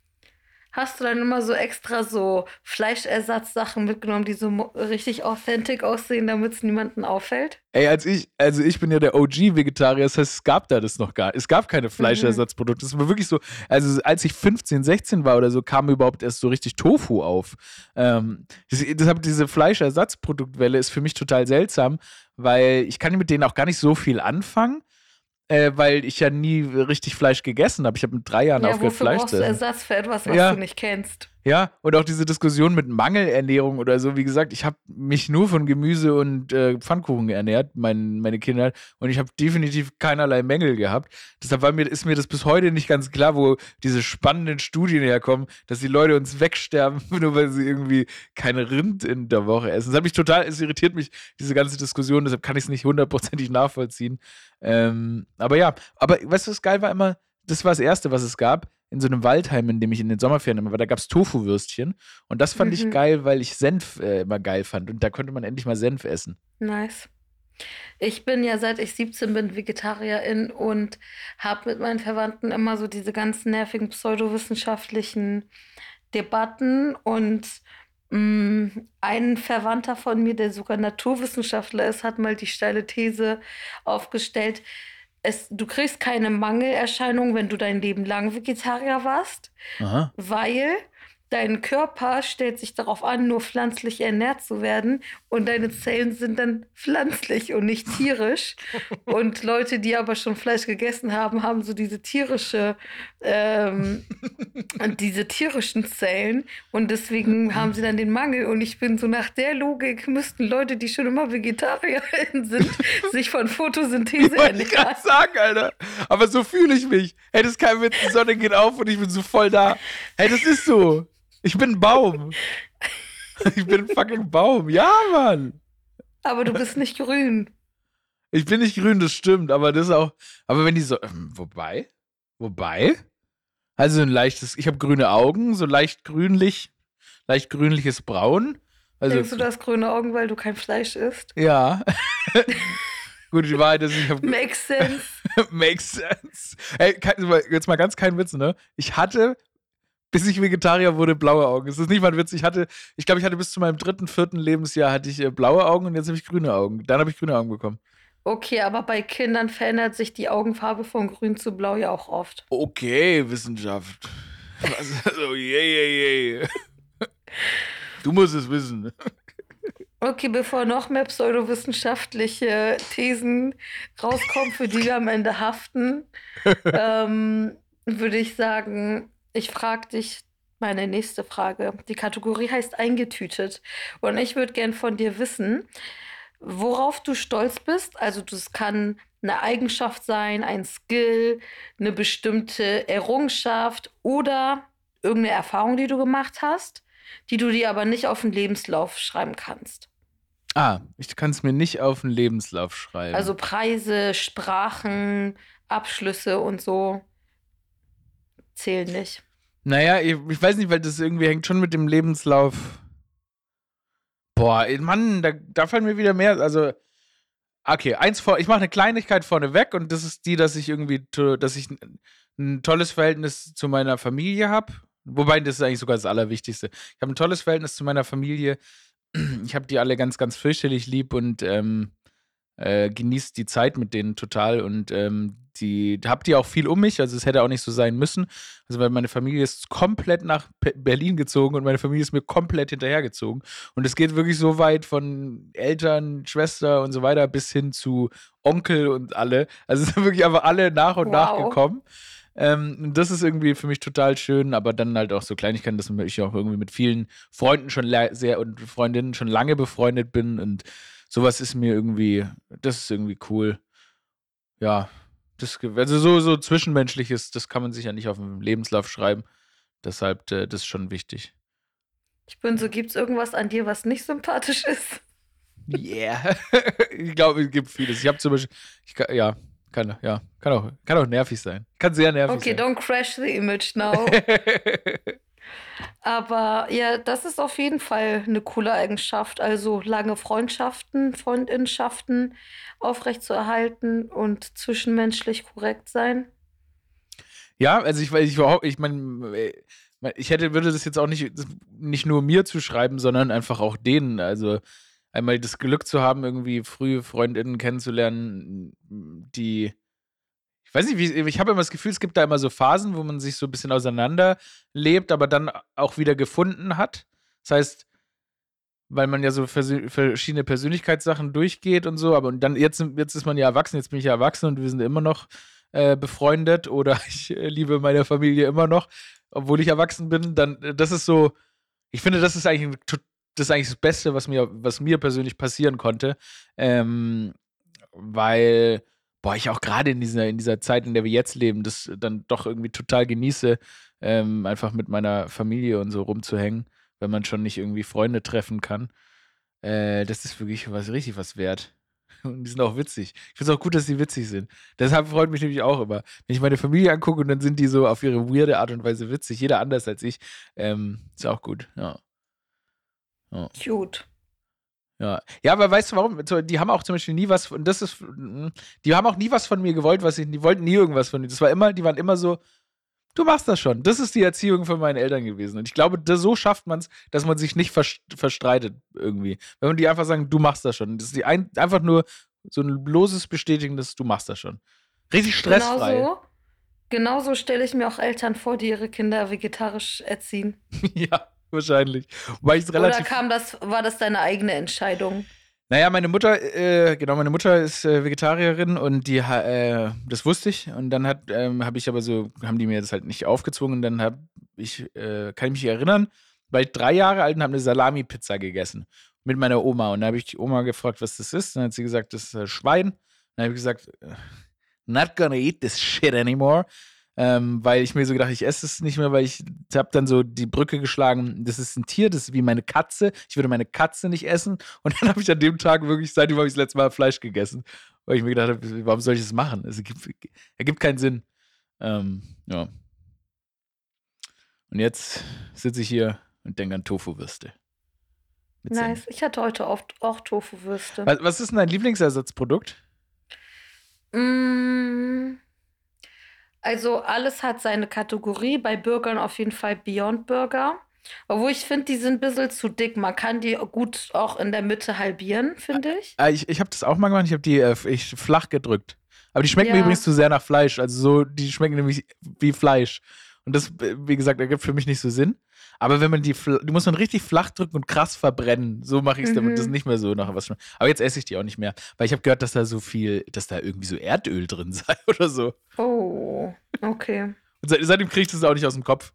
S2: Hast du dann immer so extra so Fleischersatzsachen mitgenommen, die so mo- richtig authentic aussehen, damit es niemandem auffällt?
S1: Ey, als ich, also ich bin ja der O G-Vegetarier, das heißt, es gab da das noch gar nicht. Es gab keine Fleischersatzprodukte. Es war wirklich so, also als ich fünfzehn, sechzehn war oder so, kam überhaupt erst so richtig Tofu auf. Ähm, das- deshalb diese Fleischersatzproduktwelle ist für mich total seltsam, weil ich kann mit denen auch gar nicht so viel anfangen, äh, weil ich ja nie richtig Fleisch gegessen habe. Ich habe mit drei Jahren
S2: Ja,
S1: aufgehört,
S2: wofür
S1: Fleisch
S2: brauchst
S1: zu
S2: du
S1: essen.
S2: Ersatz für etwas, was
S1: Ja.
S2: du nicht kennst?
S1: Ja, und auch diese Diskussion mit Mangelernährung oder so. Wie gesagt, ich habe mich nur von Gemüse und äh, Pfannkuchen ernährt, mein, meine Kinder. Und ich habe definitiv keinerlei Mängel gehabt. Deshalb war mir, ist mir das bis heute nicht ganz klar, wo diese spannenden Studien herkommen, dass die Leute uns wegsterben, nur weil sie irgendwie kein Rind in der Woche essen. Das hat mich total, es irritiert mich, diese ganze Diskussion. Deshalb kann ich es nicht hundertprozentig nachvollziehen. Ähm, aber ja, aber weißt du, was geil war immer? Das war das Erste, was es gab. In so einem Waldheim, in dem ich in den Sommerferien immer war, da gab es Tofu-Würstchen. Und das fand ich
S2: Mhm.
S1: geil, weil ich Senf äh, immer geil fand. Und da konnte man endlich mal Senf essen.
S2: Nice. Ich bin ja seit ich siebzehn bin Vegetarierin und habe mit meinen Verwandten immer so diese ganzen nervigen pseudowissenschaftlichen Debatten. Und mh, ein Verwandter von mir, der sogar Naturwissenschaftler ist, hat mal die steile These aufgestellt, es, du kriegst keine Mangelerscheinung, wenn du dein Leben lang Vegetarier warst,
S1: Aha.
S2: weil dein Körper stellt sich darauf an, nur pflanzlich ernährt zu werden und deine Zellen sind dann pflanzlich und nicht tierisch. Und Leute, die aber schon Fleisch gegessen haben, haben so diese tierische, ähm, diese tierischen Zellen und deswegen haben sie dann den Mangel. Und ich bin so nach der Logik, müssten Leute, die schon immer Vegetarierin sind, sich von Photosynthese
S1: Ich wollte gerade
S2: ernähren.
S1: sagen, Alter. Aber so fühle ich mich. Hey, das ist kein Witz, die Sonne geht auf und ich bin so voll da. Hey, das ist so. Ich bin ein Baum. Ich bin ein fucking Baum. Ja, Mann.
S2: Aber du bist nicht grün.
S1: Ich bin nicht grün, das stimmt, aber das ist auch. Aber wenn die so. Ähm, wobei? Wobei? Also ein leichtes. Ich habe grüne Augen, so leicht grünlich, leicht grünliches Braun. Also,
S2: Denkst du, du hast grüne Augen, weil du kein Fleisch isst?
S1: ja. Gut, die Wahrheit ist, ich habe.
S2: Makes sense.
S1: Makes sense. Ey, kein, jetzt mal ganz kein Witz, ne? Ich hatte, bis ich Vegetarier wurde, blaue Augen. Das ist nicht mal ein Witz. Ich hatte, ich glaube, ich hatte bis zu meinem dritten, vierten Lebensjahr hatte ich äh, blaue Augen und jetzt habe ich grüne Augen. Dann habe ich grüne Augen bekommen.
S2: Okay, aber bei Kindern verändert sich die Augenfarbe von grün zu blau ja auch oft.
S1: Okay, Wissenschaft. Was, also, je, je, je. Du musst es wissen.
S2: Okay, bevor noch mehr pseudowissenschaftliche Thesen rauskommen, für die wir am Ende haften, ähm, würde ich sagen, ich frage dich meine nächste Frage. Die Kategorie heißt eingetütet. Und ich würde gern von dir wissen, worauf du stolz bist. Also das kann eine Eigenschaft sein, ein Skill, eine bestimmte Errungenschaft oder irgendeine Erfahrung, die du gemacht hast, die du dir aber nicht auf den Lebenslauf schreiben kannst.
S1: Ah, ich kann es mir nicht auf den Lebenslauf schreiben.
S2: Also Preise, Sprachen, Abschlüsse und so zählen nicht.
S1: Naja, ich, ich weiß nicht, weil das irgendwie hängt schon mit dem Lebenslauf. Boah, ey, Mann, da, da fallen mir wieder mehr. Also, okay, eins vor. Ich mache eine Kleinigkeit vorneweg und das ist die, dass ich irgendwie, to- dass ich ein, ein tolles Verhältnis zu meiner Familie habe. Wobei, das ist eigentlich sogar das Allerwichtigste. Ich habe ein tolles Verhältnis zu meiner Familie. Ich habe die alle ganz, ganz fürchterlich lieb und ähm, äh, genieße die Zeit mit denen total und ähm, die hab die auch viel um mich, also es hätte auch nicht so sein müssen. Also weil meine Familie ist komplett nach Pe- Berlin gezogen und meine Familie ist mir komplett hinterhergezogen. Und es geht wirklich so weit von Eltern, Schwester und so weiter bis hin zu Onkel und alle. Also es sind wirklich einfach alle nach und nach
S2: Wow.
S1: gekommen. Ähm, und das ist irgendwie für mich total schön, aber dann halt auch so Kleinigkeiten, dass ich auch irgendwie mit vielen Freunden schon la- sehr und Freundinnen schon lange befreundet bin und sowas ist mir irgendwie, das ist irgendwie cool. Ja, das, ge- also so, so Zwischenmenschliches, das kann man sich ja nicht auf dem Lebenslauf schreiben. Deshalb, äh, das ist schon wichtig.
S2: Ich bin so, gibt's irgendwas an dir, was nicht sympathisch ist?
S1: Yeah. Ich glaube, es gibt vieles. Ich habe zum Beispiel, ich kann, ja, kann, ja, kann auch, kann auch nervig sein. Kann sehr nervig
S2: Okay,
S1: sein.
S2: don't crash the image now. Aber ja, das ist auf jeden Fall eine coole Eigenschaft. Also lange Freundschaften, Freundinnenschaften aufrechtzuerhalten und zwischenmenschlich korrekt sein.
S1: Ja, also ich weiß, ich überhaupt, ich meine, ich hätte, würde das jetzt auch nicht, nicht nur mir zuschreiben, sondern einfach auch denen. Also einmal das Glück zu haben, irgendwie frühe FreundInnen kennenzulernen, die, ich weiß nicht, wie, ich habe immer das Gefühl, es gibt da immer so Phasen, wo man sich so ein bisschen auseinanderlebt, aber dann auch wieder gefunden hat. Das heißt, weil man ja so versö- verschiedene Persönlichkeitssachen durchgeht und so, aber und dann jetzt, jetzt ist man ja erwachsen, jetzt bin ich ja erwachsen und wir sind immer noch äh, befreundet oder ich äh, liebe meine Familie immer noch. obwohl ich erwachsen bin, dann, äh, das ist so, ich finde, das ist eigentlich, das ist eigentlich das Beste, was mir, was mir persönlich passieren konnte. Ähm, weil, boah, ich auch gerade in dieser, in dieser Zeit, in der wir jetzt leben, das dann doch irgendwie total genieße, ähm, einfach mit meiner Familie und so rumzuhängen, wenn man schon nicht irgendwie Freunde treffen kann. Äh, das ist wirklich was richtig was wert. Und die sind auch witzig. Ich finde es auch gut, dass die witzig sind. Deshalb freut mich nämlich auch immer. Wenn ich meine Familie angucke und dann sind die so auf ihre weirde Art und Weise witzig, jeder anders als ich, ähm, ist auch gut, ja. Ja.
S2: Cute.
S1: Ja. Ja, aber weißt du warum? So, die haben auch zum Beispiel nie was von, das ist, mm, die haben auch nie was von mir gewollt, was ich, die wollten nie irgendwas von mir. Das war immer, die waren immer so, du machst das schon. Das ist die Erziehung von meinen Eltern gewesen. Und ich glaube, das, so schafft man es, dass man sich nicht vers- verstreitet irgendwie. Wenn man die einfach sagen, du machst das schon. Das ist die ein, einfach nur so ein bloßes Bestätigen, dass du machst das schon. Richtig stressfrei.
S2: Genauso, genauso stelle ich mir auch Eltern vor, die ihre Kinder vegetarisch erziehen.
S1: Ja, wahrscheinlich. Wobei ich es
S2: Oder
S1: relativ.
S2: kam das, war das deine eigene Entscheidung?
S1: Naja, meine Mutter, äh, genau, meine Mutter ist äh, Vegetarierin und die, ha- äh, das wusste ich. Und dann hat, ähm, habe ich aber so, haben die mir das halt nicht aufgezwungen. Und dann habe ich, äh, kann ich mich erinnern, war ich drei Jahre alt und habe eine Salami-Pizza gegessen mit meiner Oma. Und da habe ich die Oma gefragt, was das ist. Dann hat sie gesagt, das ist äh, Schwein. Dann habe ich gesagt, äh, not gonna eat this shit anymore. Ähm, weil ich mir so gedacht, ich esse es nicht mehr, weil ich habe dann so die Brücke geschlagen, das ist ein Tier, das ist wie meine Katze. Ich würde meine Katze nicht essen. Und dann habe ich an dem Tag wirklich, seitdem habe ich das letzte Mal Fleisch gegessen. Weil ich mir gedacht habe, warum soll ich das machen? Es ergibt, ergibt keinen Sinn. Ähm, ja. Und jetzt sitze ich hier und denke an Tofu-Würste. Mit Senf.
S2: Nice. Ich hatte heute oft auch Tofu-Würste.
S1: Was, was ist denn dein Lieblingsersatzprodukt?
S2: Mm, also alles hat seine Kategorie. Bei Burgern auf jeden Fall Beyond Burger. Obwohl ich finde, die sind ein bisschen zu dick. Man kann die gut auch in der Mitte halbieren, finde ich.
S1: Ah, ich ich habe das auch mal gemacht. Ich habe die äh, ich flach gedrückt. Aber die schmecken mir
S2: Ja.
S1: übrigens zu sehr nach Fleisch. Also so, die schmecken nämlich wie Fleisch. Und das, äh, wie gesagt, ergibt für mich nicht so Sinn. Aber wenn man die, fl- die muss man richtig flach drücken und krass verbrennen. So mache ich es, damit das
S2: Mhm.
S1: nicht mehr so nach was schmeckt. Aber jetzt esse ich die auch nicht mehr. Weil ich habe gehört, dass da so viel, dass da irgendwie so Erdöl drin sei oder so.
S2: Oh, okay.
S1: Und seit, seitdem kriege ich das auch nicht aus dem Kopf.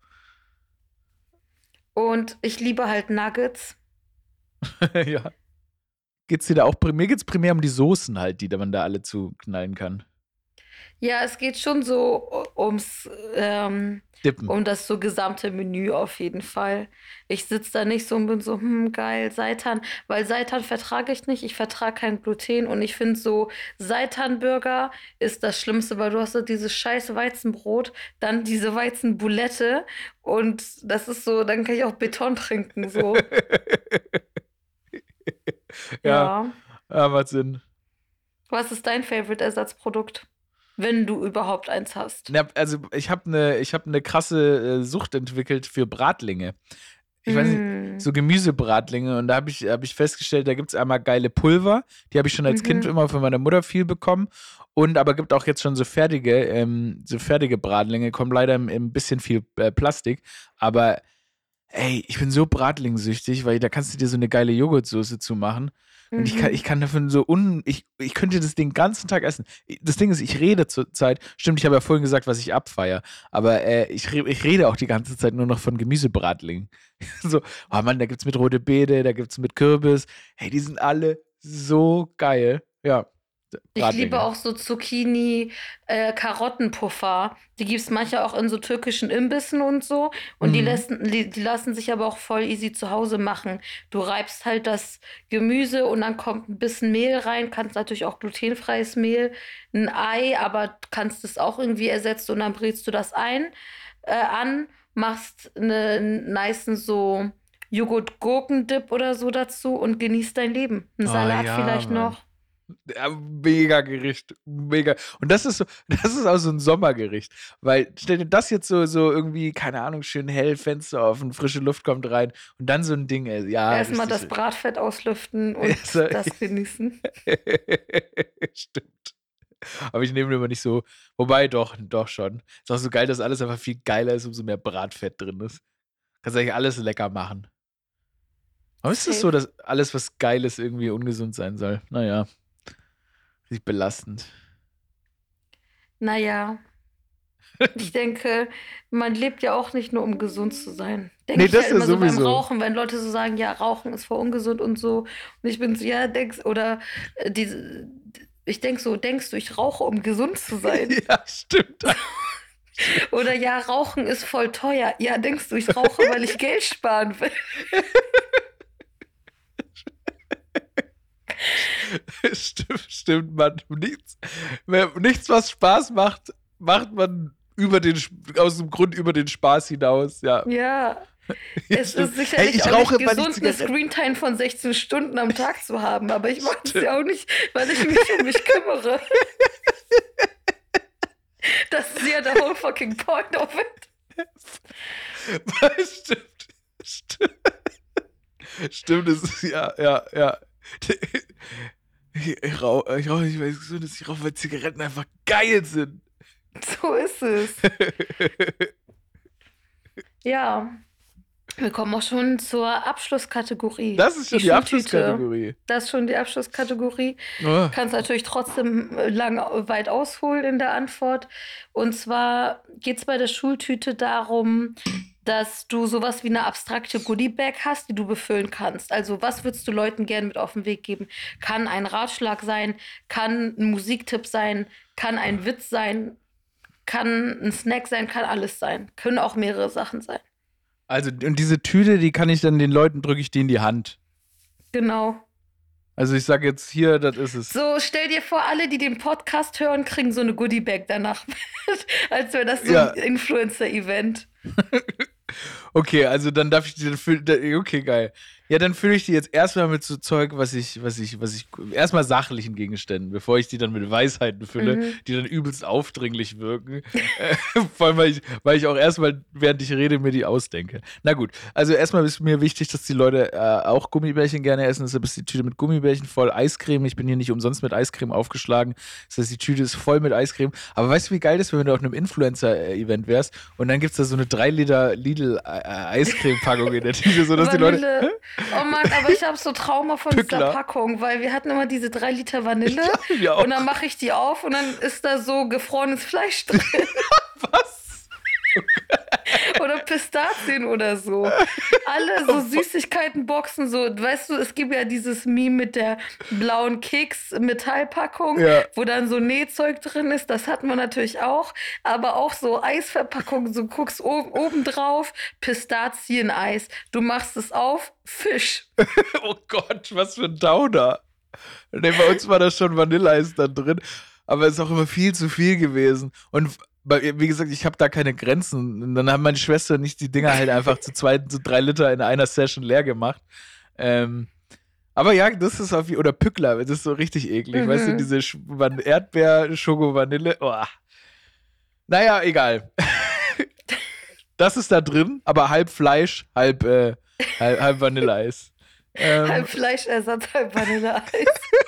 S2: Und ich liebe halt Nuggets.
S1: Ja. Geht's dir da auch, mir geht's primär um die Soßen halt, die da man da alle zuknallen kann.
S2: Ja, es geht schon so ums, ähm,
S1: Dippen.
S2: um das so gesamte Menü auf jeden Fall. Ich sitze da nicht so und bin so, hm, geil, Seitan. Weil Seitan vertrage ich nicht. Ich vertrage kein Gluten. Und ich finde so, Seitan-Burger ist das Schlimmste, weil du hast so dieses scheiß Weizenbrot, dann diese Weizenbulette. Und das ist so, dann kann ich auch Beton trinken, so.
S1: Ja,
S2: Ja.
S1: ja, macht Sinn.
S2: Was ist dein Favorite-Ersatzprodukt? Wenn du überhaupt eins hast.
S1: Na, also ich habe eine ich habe eine krasse äh, Sucht entwickelt für Bratlinge. Ich weiß nicht,
S2: Mm.
S1: so Gemüsebratlinge. Und da habe ich, hab ich festgestellt, da gibt es einmal geile Pulver. Die habe ich schon als Kind
S2: Mhm.
S1: immer von meiner Mutter viel bekommen. Und aber gibt auch jetzt schon so fertige, ähm, so fertige Bratlinge. Kommen leider in ein bisschen viel äh, Plastik. Aber ey, ich bin so Bratlingsüchtig, weil da kannst du dir so eine geile Joghurtsoße zu machen. Und ich kann,
S2: Mhm.
S1: ich kann davon so un. Ich, ich könnte das den ganzen Tag essen. Das Ding ist, ich rede zur Zeit. Stimmt, ich habe ja vorhin gesagt, was ich abfeier. Aber äh, ich, re- ich rede auch die ganze Zeit nur noch von Gemüsebratlingen. So, oh Mann, da gibt's mit rote Beete, da gibt's mit Kürbis. Hey, die sind alle so geil. Ja,
S2: Ich liebe
S1: Bratlinge.
S2: auch so Zucchini, äh, Karottenpuffer. Die gibt es manchmal auch in so türkischen Imbissen und so. Und die
S1: Mhm.
S2: lassen, die, die lassen sich aber auch voll easy zu Hause machen. Du reibst halt das Gemüse und dann kommt ein bisschen Mehl rein. Kannst natürlich auch glutenfreies Mehl, ein Ei, aber kannst es auch irgendwie ersetzen und dann brätst du das ein, äh, an, machst einen nicen so Joghurt-Gurkendip oder so dazu und genießt dein Leben. Ein
S1: Oh
S2: Salat
S1: ja,
S2: vielleicht
S1: Mann.
S2: noch.
S1: Ja, mega Gericht. Mega. Und das ist so, das ist auch so ein Sommergericht. Weil, stell dir das jetzt so, so irgendwie, keine Ahnung, schön hell, Fenster offen, frische Luft kommt rein und dann so ein Ding, ey, ja,
S2: Erstmal das
S1: richtig.
S2: Bratfett auslüften
S1: Ja,
S2: und
S1: so-
S2: das genießen.
S1: Stimmt. Aber ich nehme immer nicht so. Wobei, doch, doch schon. Ist auch so geil, dass alles einfach viel geiler ist, umso mehr Bratfett drin ist. Kannst eigentlich alles lecker machen. Warum ist es so,
S2: Safe.
S1: dass alles, was geil ist, irgendwie ungesund sein soll? Naja, richtig belastend.
S2: Naja, Ich denke, man lebt ja auch nicht nur, um gesund zu sein. Denke
S1: Nee,
S2: ich ja
S1: das ist ja
S2: immer so beim
S1: sowieso.
S2: Rauchen, wenn Leute so sagen, ja, Rauchen ist voll ungesund und so. Und ich bin so, ja, denkst, oder äh, diese, ich denke so, denkst du, ich rauche, um gesund zu sein?
S1: Ja, stimmt.
S2: Oder ja, Rauchen ist voll teuer. Ja, denkst du, ich rauche, weil ich Geld sparen will?
S1: Stimmt, stimmt, man. Nichts, nichts, was Spaß macht, macht man über den, aus dem Grund über den Spaß hinaus, ja.
S2: Ja, es
S1: Stimmt.
S2: ist sicherlich
S1: Hey, ich
S2: auch
S1: rauche,
S2: nicht
S1: weil ich
S2: gesund, eine
S1: Zigaretten-
S2: Screentime von sechzehn Stunden am Tag zu haben, aber ich mache es
S1: Stimmt.
S2: ja auch nicht, weil ich mich um mich kümmere. Das ist ja der whole fucking point of it.
S1: Stimmt. Stimmt. Stimmt, das ist, ja, ja, ja. Ich, ich rauche, ich rauche nicht, weil es gesund ist, ich rauche, weil Zigaretten einfach geil sind.
S2: So ist es. Ja, wir kommen auch schon zur Abschlusskategorie.
S1: Das ist schon die,
S2: Schultüte.
S1: Abschlusskategorie.
S2: Das ist schon die Abschlusskategorie.
S1: Oh.
S2: Kannst natürlich trotzdem äh, lang weit ausholen in der Antwort. Und zwar geht es bei der Schultüte darum, dass du sowas wie eine abstrakte Goodiebag hast, die du befüllen kannst. Also was würdest du Leuten gerne mit auf den Weg geben? Kann ein Ratschlag sein, kann ein Musiktipp sein, kann ein Witz sein, kann ein Snack sein, kann alles sein. Können auch mehrere Sachen sein.
S1: Also, und diese Tüte, die kann ich dann den Leuten, drücke ich die in die Hand.
S2: Genau.
S1: Also ich sage jetzt hier, das ist es.
S2: So, stell dir vor, alle, die den Podcast hören, kriegen so eine Goodiebag danach mit. Als wäre das so
S1: Ja.
S2: ein Influencer-Event.
S1: Okay, also dann darf ich die dann füllen. Okay, geil. Ja, dann fülle ich die jetzt erstmal mit so Zeug, was ich, was ich, was ich, erstmal sachlichen Gegenständen, bevor ich die dann mit Weisheiten fülle,
S2: Mhm.
S1: die dann übelst aufdringlich wirken. Äh, Vor allem, weil ich, weil ich auch erstmal, während ich rede, mir die ausdenke. Na gut, also erstmal ist mir wichtig, dass die Leute äh, auch Gummibärchen gerne essen. Deshalb ist die Tüte mit Gummibärchen voll Eiscreme. Ich bin hier nicht umsonst mit Eiscreme aufgeschlagen. Das heißt, die Tüte ist voll mit Eiscreme. Aber weißt du, wie geil das wäre, wenn du auf einem Influencer-Event wärst und dann gibt es da so eine drei Liter Lidl-Eiscreme-Packung in der Tüte, sodass die Leute.
S2: Vanille. Oh Mann, aber ich habe so Trauma von
S1: Pückler.
S2: dieser Packung, weil wir hatten immer diese drei Liter Vanille
S1: Ja, wir auch.
S2: und dann mache ich die auf und dann ist da so gefrorenes Fleisch drin
S1: Was?
S2: oder Pistazien oder so. Alle so Süßigkeitenboxen, so, weißt du, es gibt ja dieses Meme mit der blauen Keks-Metallpackung,
S1: Ja.
S2: wo dann so Nähzeug drin ist, das hatten wir natürlich auch, aber auch so Eisverpackungen, so guckst oben, oben drauf, Pistazieneis, du machst es auf, Fisch.
S1: Oh Gott, was für ein Downer. Nee, bei uns war da schon Vanilleeis dann drin, aber es ist auch immer viel zu viel gewesen. Und bei- wie gesagt, ich habe da keine Grenzen. Und dann haben meine Schwester und ich die Dinger halt einfach zu zwei, zu drei Liter in einer Session leer gemacht. Ähm, aber ja, das ist auf jeden oder Pückler, das ist so richtig eklig.
S2: Mhm.
S1: Weißt du, diese Sch- Van- Erdbeer, Schoko, Vanille. Oh. Naja, egal. Das ist da drin, aber halb Fleisch, halb, äh, halb, halb Vanilleeis. Ähm,
S2: Halb Fleischersatz, halb Vanilleeis.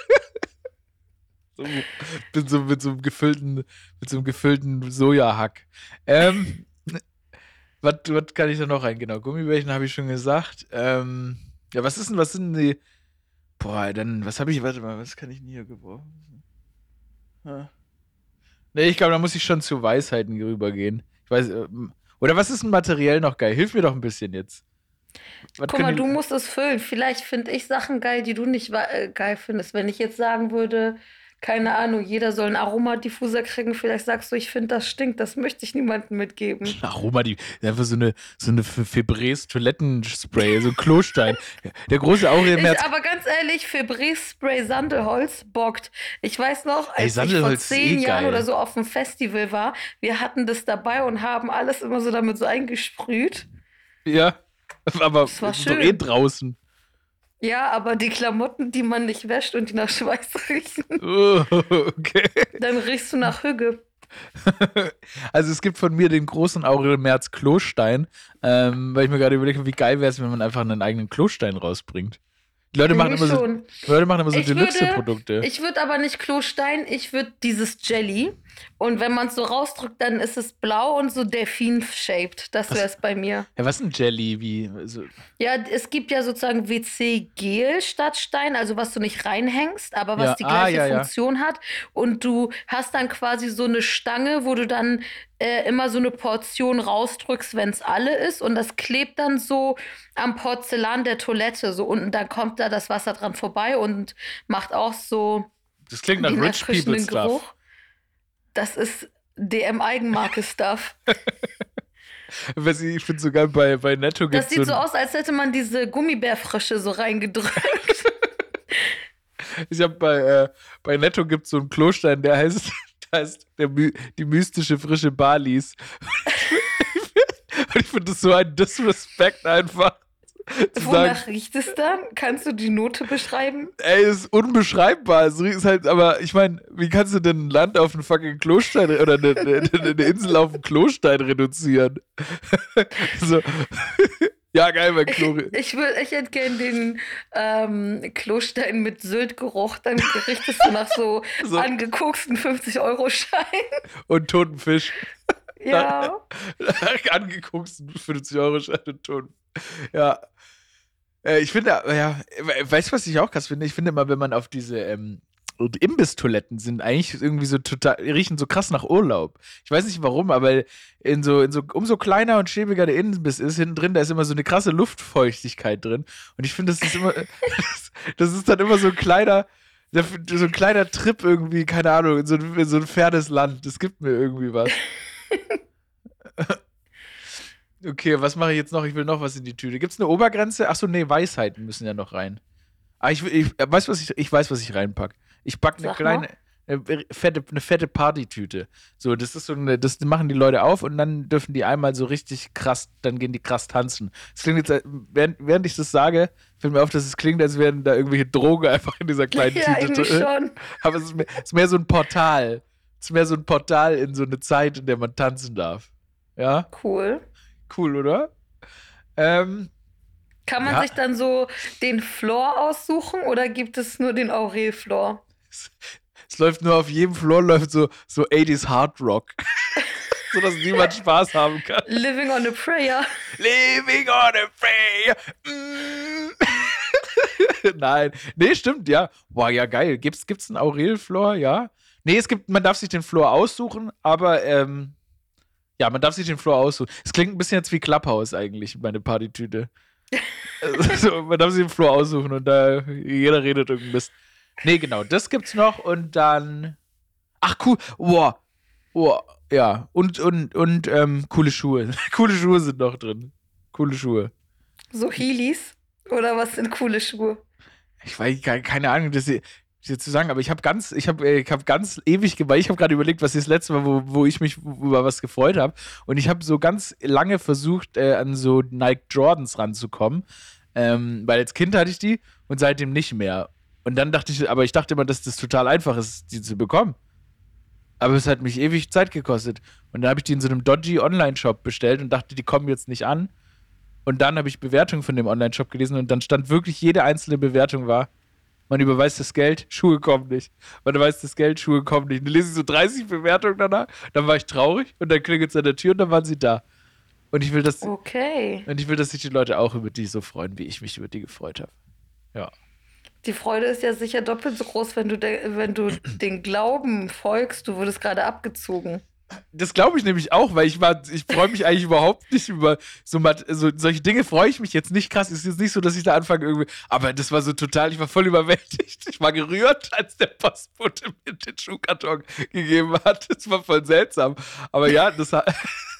S1: So, mit, so, mit so einem gefüllten, mit so einem gefüllten Sojahack. Ähm, was, was kann ich da noch rein? Genau, Gummibärchen habe ich schon gesagt. Ähm, ja, was ist denn, was sind denn die? Boah, dann, was habe ich, warte mal, was kann ich denn hier gebrauchen? Ha. Nee, ich glaube, da muss ich schon zu Weisheiten rübergehen. Ich weiß, ähm, oder was ist denn materiell noch geil? Hilf mir doch ein bisschen jetzt. Was
S2: Guck mal,
S1: können die-
S2: du musst es füllen. Vielleicht finde ich Sachen geil, die du nicht wa- äh, geil findest. Wenn ich jetzt sagen würde, keine Ahnung, jeder soll einen Aromadiffuser kriegen, vielleicht sagst du, ich finde, das stinkt, das möchte ich niemandem mitgeben.
S1: Aroma, die einfach so eine, so eine Febreze Toilettenspray, so ein Klostein. Der große Aurelmerz.
S2: Ich, aber ganz ehrlich, Febreze-Spray Sandelholz bockt. Ich weiß noch,
S1: Ey,
S2: als ich vor
S1: Sandelholz ist
S2: zehn
S1: eh
S2: Jahren
S1: geil.
S2: oder so auf dem Festival war, wir hatten das dabei und haben alles immer so damit so eingesprüht.
S1: Ja, aber
S2: Das war
S1: ist doch
S2: schön.
S1: eh draußen.
S2: Ja, aber die Klamotten, die man nicht wäscht und die nach Schweiß riechen,
S1: Oh, okay.
S2: dann riechst du nach Hügge.
S1: Also es gibt von mir den großen Aurelmerz Klostein, ähm, weil ich mir gerade überlegt habe, wie geil wäre es, wenn man einfach einen eigenen Klostein rausbringt. Die Leute machen
S2: Irgendwie
S1: immer so,
S2: schon.
S1: die Leute machen immer so
S2: Ich würde-
S1: Deluxe-Produkte.
S2: Ich würde aber nicht Klostein, ich würde dieses Jelly. Und wenn man es so rausdrückt, dann ist es blau und so Delfin-shaped. Das wäre es bei mir.
S1: Ja, was ist ein Jelly? Wie? So.
S2: Ja, es gibt ja sozusagen W C-Gel statt Stein, also was du nicht reinhängst, aber was
S1: Ja,
S2: die
S1: ah,
S2: gleiche
S1: ja, ja.
S2: Funktion hat. Und du hast dann quasi so eine Stange, wo du dann äh, immer so eine Portion rausdrückst, wenn es alle ist. Und das klebt dann so am Porzellan der Toilette. So unten, dann kommt da das Wasser dran vorbei und macht auch so
S1: Das klingt nach
S2: den
S1: Rich People
S2: erfrischenden
S1: Stuff.
S2: Geruch. Das ist D M-Eigenmarke-Stuff.
S1: Weiß ich ich finde sogar bei, bei Netto gibt
S2: Das
S1: es
S2: sieht
S1: so
S2: so
S1: ein,
S2: aus, als hätte man diese Gummibärfrische so reingedrückt.
S1: ich habe bei, äh, bei Netto gibt es so einen Klostein, der heißt, der heißt der, My- die mystische frische Balis. Und ich finde das so ein Disrespect einfach. Zu
S2: Wonach
S1: sagen,
S2: riecht es dann? Kannst du die Note beschreiben?
S1: ey, ist unbeschreibbar. Es ist halt, aber ich meine, wie kannst du denn ein Land auf einen fucking Klostein oder eine, eine, eine Insel auf einen Klostein reduzieren? so. Ja, geil, mein Klo.
S2: Ich, will, ich hätte gern den ähm, Klostein mit Sylt-Geruch. Dann richtest du nach so,
S1: So.
S2: angekoksten fünfzig-Euro-Schein.
S1: Und toten Fisch.
S2: Ja.
S1: Angeguckt, fünfzig Euro Schein und tot. Ja. Äh, ich finde, ja, weißt du, was ich auch krass finde? Ich finde immer, wenn man auf diese ähm, Imbiss-Toiletten sind, eigentlich irgendwie so total, riechen so krass nach Urlaub. Ich weiß nicht warum, aber in so, in so, umso kleiner und schäbiger der Imbiss ist, hinten drin, da ist immer so eine krasse Luftfeuchtigkeit drin. Und ich finde, das ist immer, das, das ist dann immer so ein kleiner, so ein kleiner Trip irgendwie, keine Ahnung, in so, in so ein fernes Land. Das gibt mir irgendwie was. Okay, was mache ich jetzt noch? Ich will noch was in die Tüte. Gibt es eine Obergrenze? Achso, nee, Weisheiten müssen ja noch rein. Ah, ich, will- ich, äh, weiß, was ich, ich weiß, was ich reinpack. Ich pack eine
S2: Sag
S1: kleine, eine fette, eine fette Partytüte. So, das ist so eine, das machen die Leute auf und dann dürfen die einmal so richtig krass, dann gehen die krass tanzen. Das klingt jetzt, äh, während, während ich das sage, fällt mir auf, dass es klingt, als wären da irgendwelche Drogen einfach in dieser kleinen
S2: Ja,
S1: Tüte
S2: irgendwie
S1: drin.
S2: schon.
S1: Aber es ist, mehr, es ist mehr so ein Portal. Es ist mehr so ein Portal in so eine Zeit, in der man tanzen darf. Ja,
S2: Cool.
S1: cool, oder? Ähm,
S2: Kann man
S1: Ja.
S2: sich dann so den Floor aussuchen oder gibt es nur den Aurel-Floor?
S1: es, es läuft nur auf jedem Floor läuft so, so achtziger Hard Rock. So dass niemand Spaß haben kann.
S2: Living on a Prayer.
S1: Living on a prayer. Mm. Nein. Nee, stimmt, ja. Boah, ja, geil. Gibt's, gibt's einen Aurel-Floor? Ja. Nee, es gibt, man darf sich den Floor aussuchen, aber ähm, ja, man darf sich den Floor aussuchen. Es klingt ein bisschen jetzt wie Clubhouse eigentlich, meine Partytüte. Also, man darf sich den Floor aussuchen und da jeder redet irgendein Mist. Nee, genau, das gibt's noch und dann. Ach, cool. Boah. Boah. Ja. Und, und, und, ähm, coole Schuhe. Coole Schuhe sind noch drin. Coole Schuhe.
S2: So Heelys? Oder was sind coole Schuhe?
S1: Ich weiß gar- keine Ahnung, das hier das hier zu sagen, aber ich habe ganz, ich habe, ich habe ganz ewig, ge- weil ich habe gerade überlegt, was ist das letzte Mal, wo, wo ich mich über was gefreut habe. Und ich habe so ganz lange versucht, äh, an so Nike Jordans ranzukommen, ähm, weil als Kind hatte ich die und seitdem nicht mehr. Und dann dachte ich, aber ich dachte immer, dass das total einfach ist, die zu bekommen. Aber es hat mich ewig Zeit gekostet. Und dann habe ich die in so einem dodgy Online-Shop bestellt und dachte, die kommen jetzt nicht an. Und dann habe ich Bewertungen von dem Online-Shop gelesen und dann stand wirklich jede einzelne Bewertung war, man überweist das Geld, Schuhe kommen nicht. Man überweist das Geld, Schuhe kommen nicht. Dann lese ich so dreißig Bewertungen danach, dann war ich traurig und dann klingelt es an der Tür und dann waren sie da. Und ich will, dass,
S2: Okay.
S1: und ich will, dass sich die Leute auch über die so freuen, wie ich mich über die gefreut habe. Ja.
S2: Die Freude ist ja sicher doppelt so groß, wenn du, de wenn du den Glauben folgst. Du wurdest gerade abgezogen.
S1: Das glaube ich nämlich auch, weil ich war, ich freue mich eigentlich überhaupt nicht über so, mat- so solche Dinge freue ich mich jetzt nicht krass. Es ist jetzt nicht so, dass ich da anfange irgendwie, aber das war so total, ich war voll überwältigt. Ich war gerührt, als der Postbote mir den Schuhkarton gegeben hat. Das war voll seltsam. Aber ja, das hat,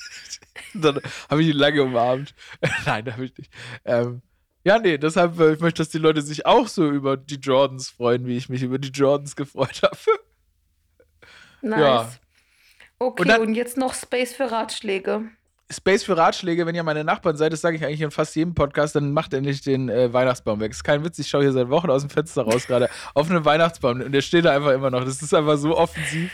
S1: dann habe ich ihn lange umarmt. Nein, habe ich nicht. Ähm, ja, nee, deshalb, äh, ich möchte, dass die Leute sich auch so über die Jordans freuen, wie ich mich über die Jordans gefreut habe.
S2: Nice.
S1: Ja.
S2: Okay,
S1: Und dann-
S2: und jetzt noch Space für Ratschläge.
S1: Space für Ratschläge, wenn ihr meine Nachbarn seid, das sage ich eigentlich in fast jedem Podcast, dann macht endlich den äh, Weihnachtsbaum weg. Ist kein Witz, ich schaue hier seit Wochen aus dem Fenster raus gerade auf einen Weihnachtsbaum und der steht da einfach immer noch. Das ist einfach so offensiv.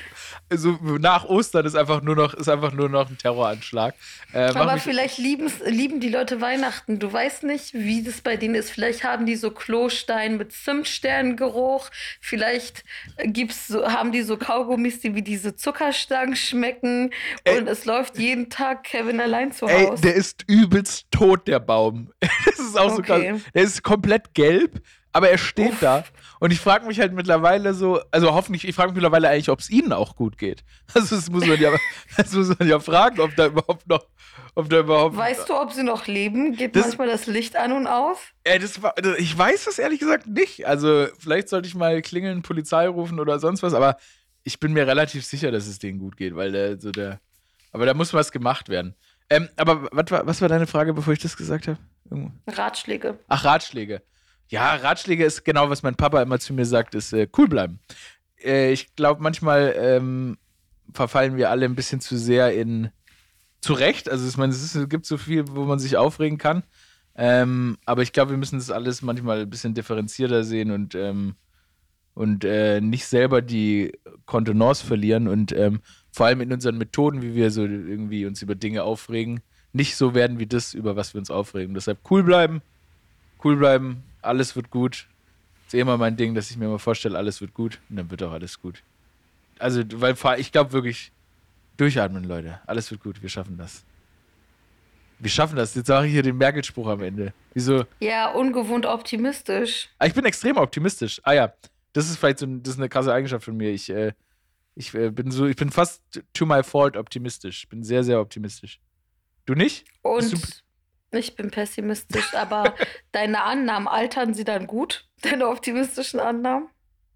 S1: so nach Ostern ist einfach nur noch, ist einfach nur noch ein Terroranschlag. Äh,
S2: Aber
S1: mich,
S2: vielleicht lieben's, lieben die Leute Weihnachten. Du weißt nicht, wie das bei denen ist. Vielleicht haben die so Klostein mit Zimtsternengeruch. Vielleicht äh, gibt's so, haben die so Kaugummis, die wie diese Zuckerstangen schmecken.
S1: Ey.
S2: Und es läuft jeden Tag Kevin allein zu
S1: ey,
S2: Hause.
S1: der ist übelst tot, der Baum. Das ist auch so
S2: Okay.
S1: krass. Der ist komplett gelb, aber er steht
S2: Uff.
S1: da. Und ich frage mich halt mittlerweile so, also hoffentlich, ich frage mich mittlerweile eigentlich, ob es ihnen auch gut geht. Also das muss man ja, das muss man ja fragen, ob da überhaupt noch, ob da überhaupt.
S2: Weißt du, ob sie noch leben? Geht
S1: Das-
S2: manchmal das Licht an und aus?
S1: Ey, das war, ich weiß das ehrlich gesagt nicht. Also vielleicht sollte ich mal klingeln, Polizei rufen oder sonst was, aber ich bin mir relativ sicher, dass es denen gut geht, weil der so der. Aber da muss was gemacht werden. Ähm, aber was war, was war deine Frage, bevor ich das gesagt habe? Irgendwo.
S2: Ratschläge.
S1: Ach, Ratschläge. Ja, Ratschläge ist genau, was mein Papa immer zu mir sagt, ist äh, cool bleiben. Äh, ich glaube, manchmal ähm, verfallen wir alle ein bisschen zu sehr in zu Recht. Also ich meine, es, ist, es gibt so viel, wo man sich aufregen kann. Ähm, aber ich glaube, wir müssen das alles manchmal ein bisschen differenzierter sehen und, ähm, und äh, nicht selber die Kontenance verlieren und ähm, vor allem in unseren Methoden, wie wir so irgendwie uns über Dinge aufregen, nicht so werden wie das, über was wir uns aufregen. Deshalb cool bleiben, cool bleiben, alles wird gut. Das ist eh immer mein Ding, dass ich mir immer vorstelle, alles wird gut und dann wird auch alles gut. Also, weil ich glaube wirklich, durchatmen, Leute. Alles wird gut, wir schaffen das. Wir schaffen das. Jetzt sage ich hier den Merkel-Spruch am Ende. Wieso?
S2: Ja, ungewohnt optimistisch.
S1: Ah, ich bin extrem optimistisch. Ah ja, das ist vielleicht so ein, das ist eine krasse Eigenschaft von mir. Ich, äh, ich äh, bin so, ich bin fast to my fault optimistisch. Ich bin sehr, sehr optimistisch. Du nicht? Bist
S2: Und ich bin pessimistisch, aber deine Annahmen, altern sie dann gut? Deine optimistischen Annahmen?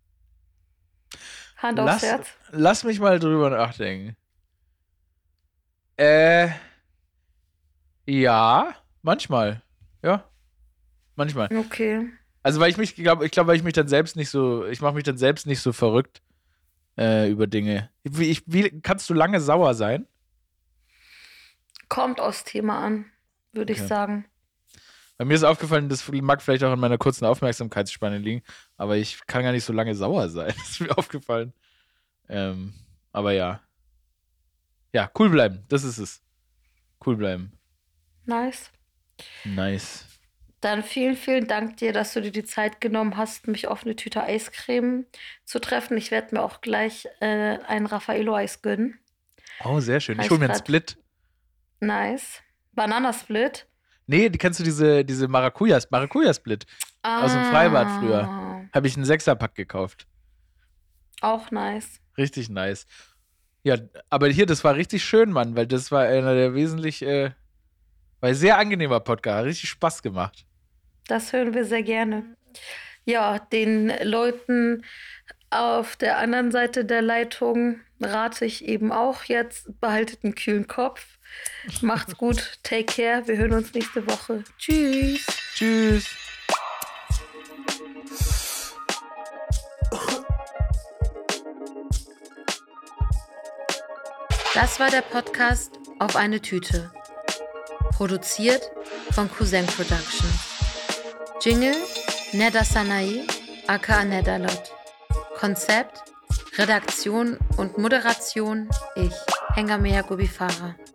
S2: Hand aufs
S1: Lass,
S2: Herz.
S1: lass mich mal drüber nachdenken. Äh, ja, manchmal. Ja, manchmal.
S2: Okay.
S1: Also weil ich mich, glaube ich, glaube, weil ich mich dann selbst nicht so, ich mache mich dann selbst nicht so verrückt äh, über Dinge. Wie, ich, wie kannst du lange sauer sein?
S2: Kommt aufs Thema an, würde
S1: Okay.
S2: ich sagen.
S1: Bei mir ist aufgefallen, das mag vielleicht auch an meiner kurzen Aufmerksamkeitsspanne liegen, aber ich kann gar nicht so lange sauer sein. Das ist mir aufgefallen. Ähm, aber ja. Ja, cool bleiben, das ist es. Cool bleiben.
S2: Nice.
S1: Nice.
S2: Dann vielen, vielen Dank dir, dass du dir die Zeit genommen hast, mich auf eine Tüte Eiscreme zu treffen. Ich werde mir auch gleich äh, ein Raffaello-Eis gönnen.
S1: Oh, sehr schön. Ich
S2: Heißt
S1: hole mir einen
S2: grad-
S1: Split.
S2: Nice. Bananasplit.
S1: Nee, die kennst du diese, diese Maracujas, Maracuja-Split. Aus dem Freibad früher.
S2: Ah,
S1: Habe ich einen Sechserpack gekauft.
S2: Auch nice.
S1: Richtig nice. Ja, aber hier, das war richtig schön, Mann, weil das war einer der wesentlich, äh, war ein sehr angenehmer Podcast, hat richtig Spaß gemacht.
S2: Das hören wir sehr gerne. Ja, den Leuten auf der anderen Seite der Leitung rate ich eben auch jetzt, behaltet einen kühlen Kopf. Macht's gut, take care, wir hören uns nächste Woche. Tschüss.
S1: Tschüss.
S2: Das war der Podcast Auf eine Tüte. Produziert von Cousin Productions. Jingle Neda Sanae, aka Nedalot. Konzept, Redaktion und Moderation ich, Hengamea Gubifara.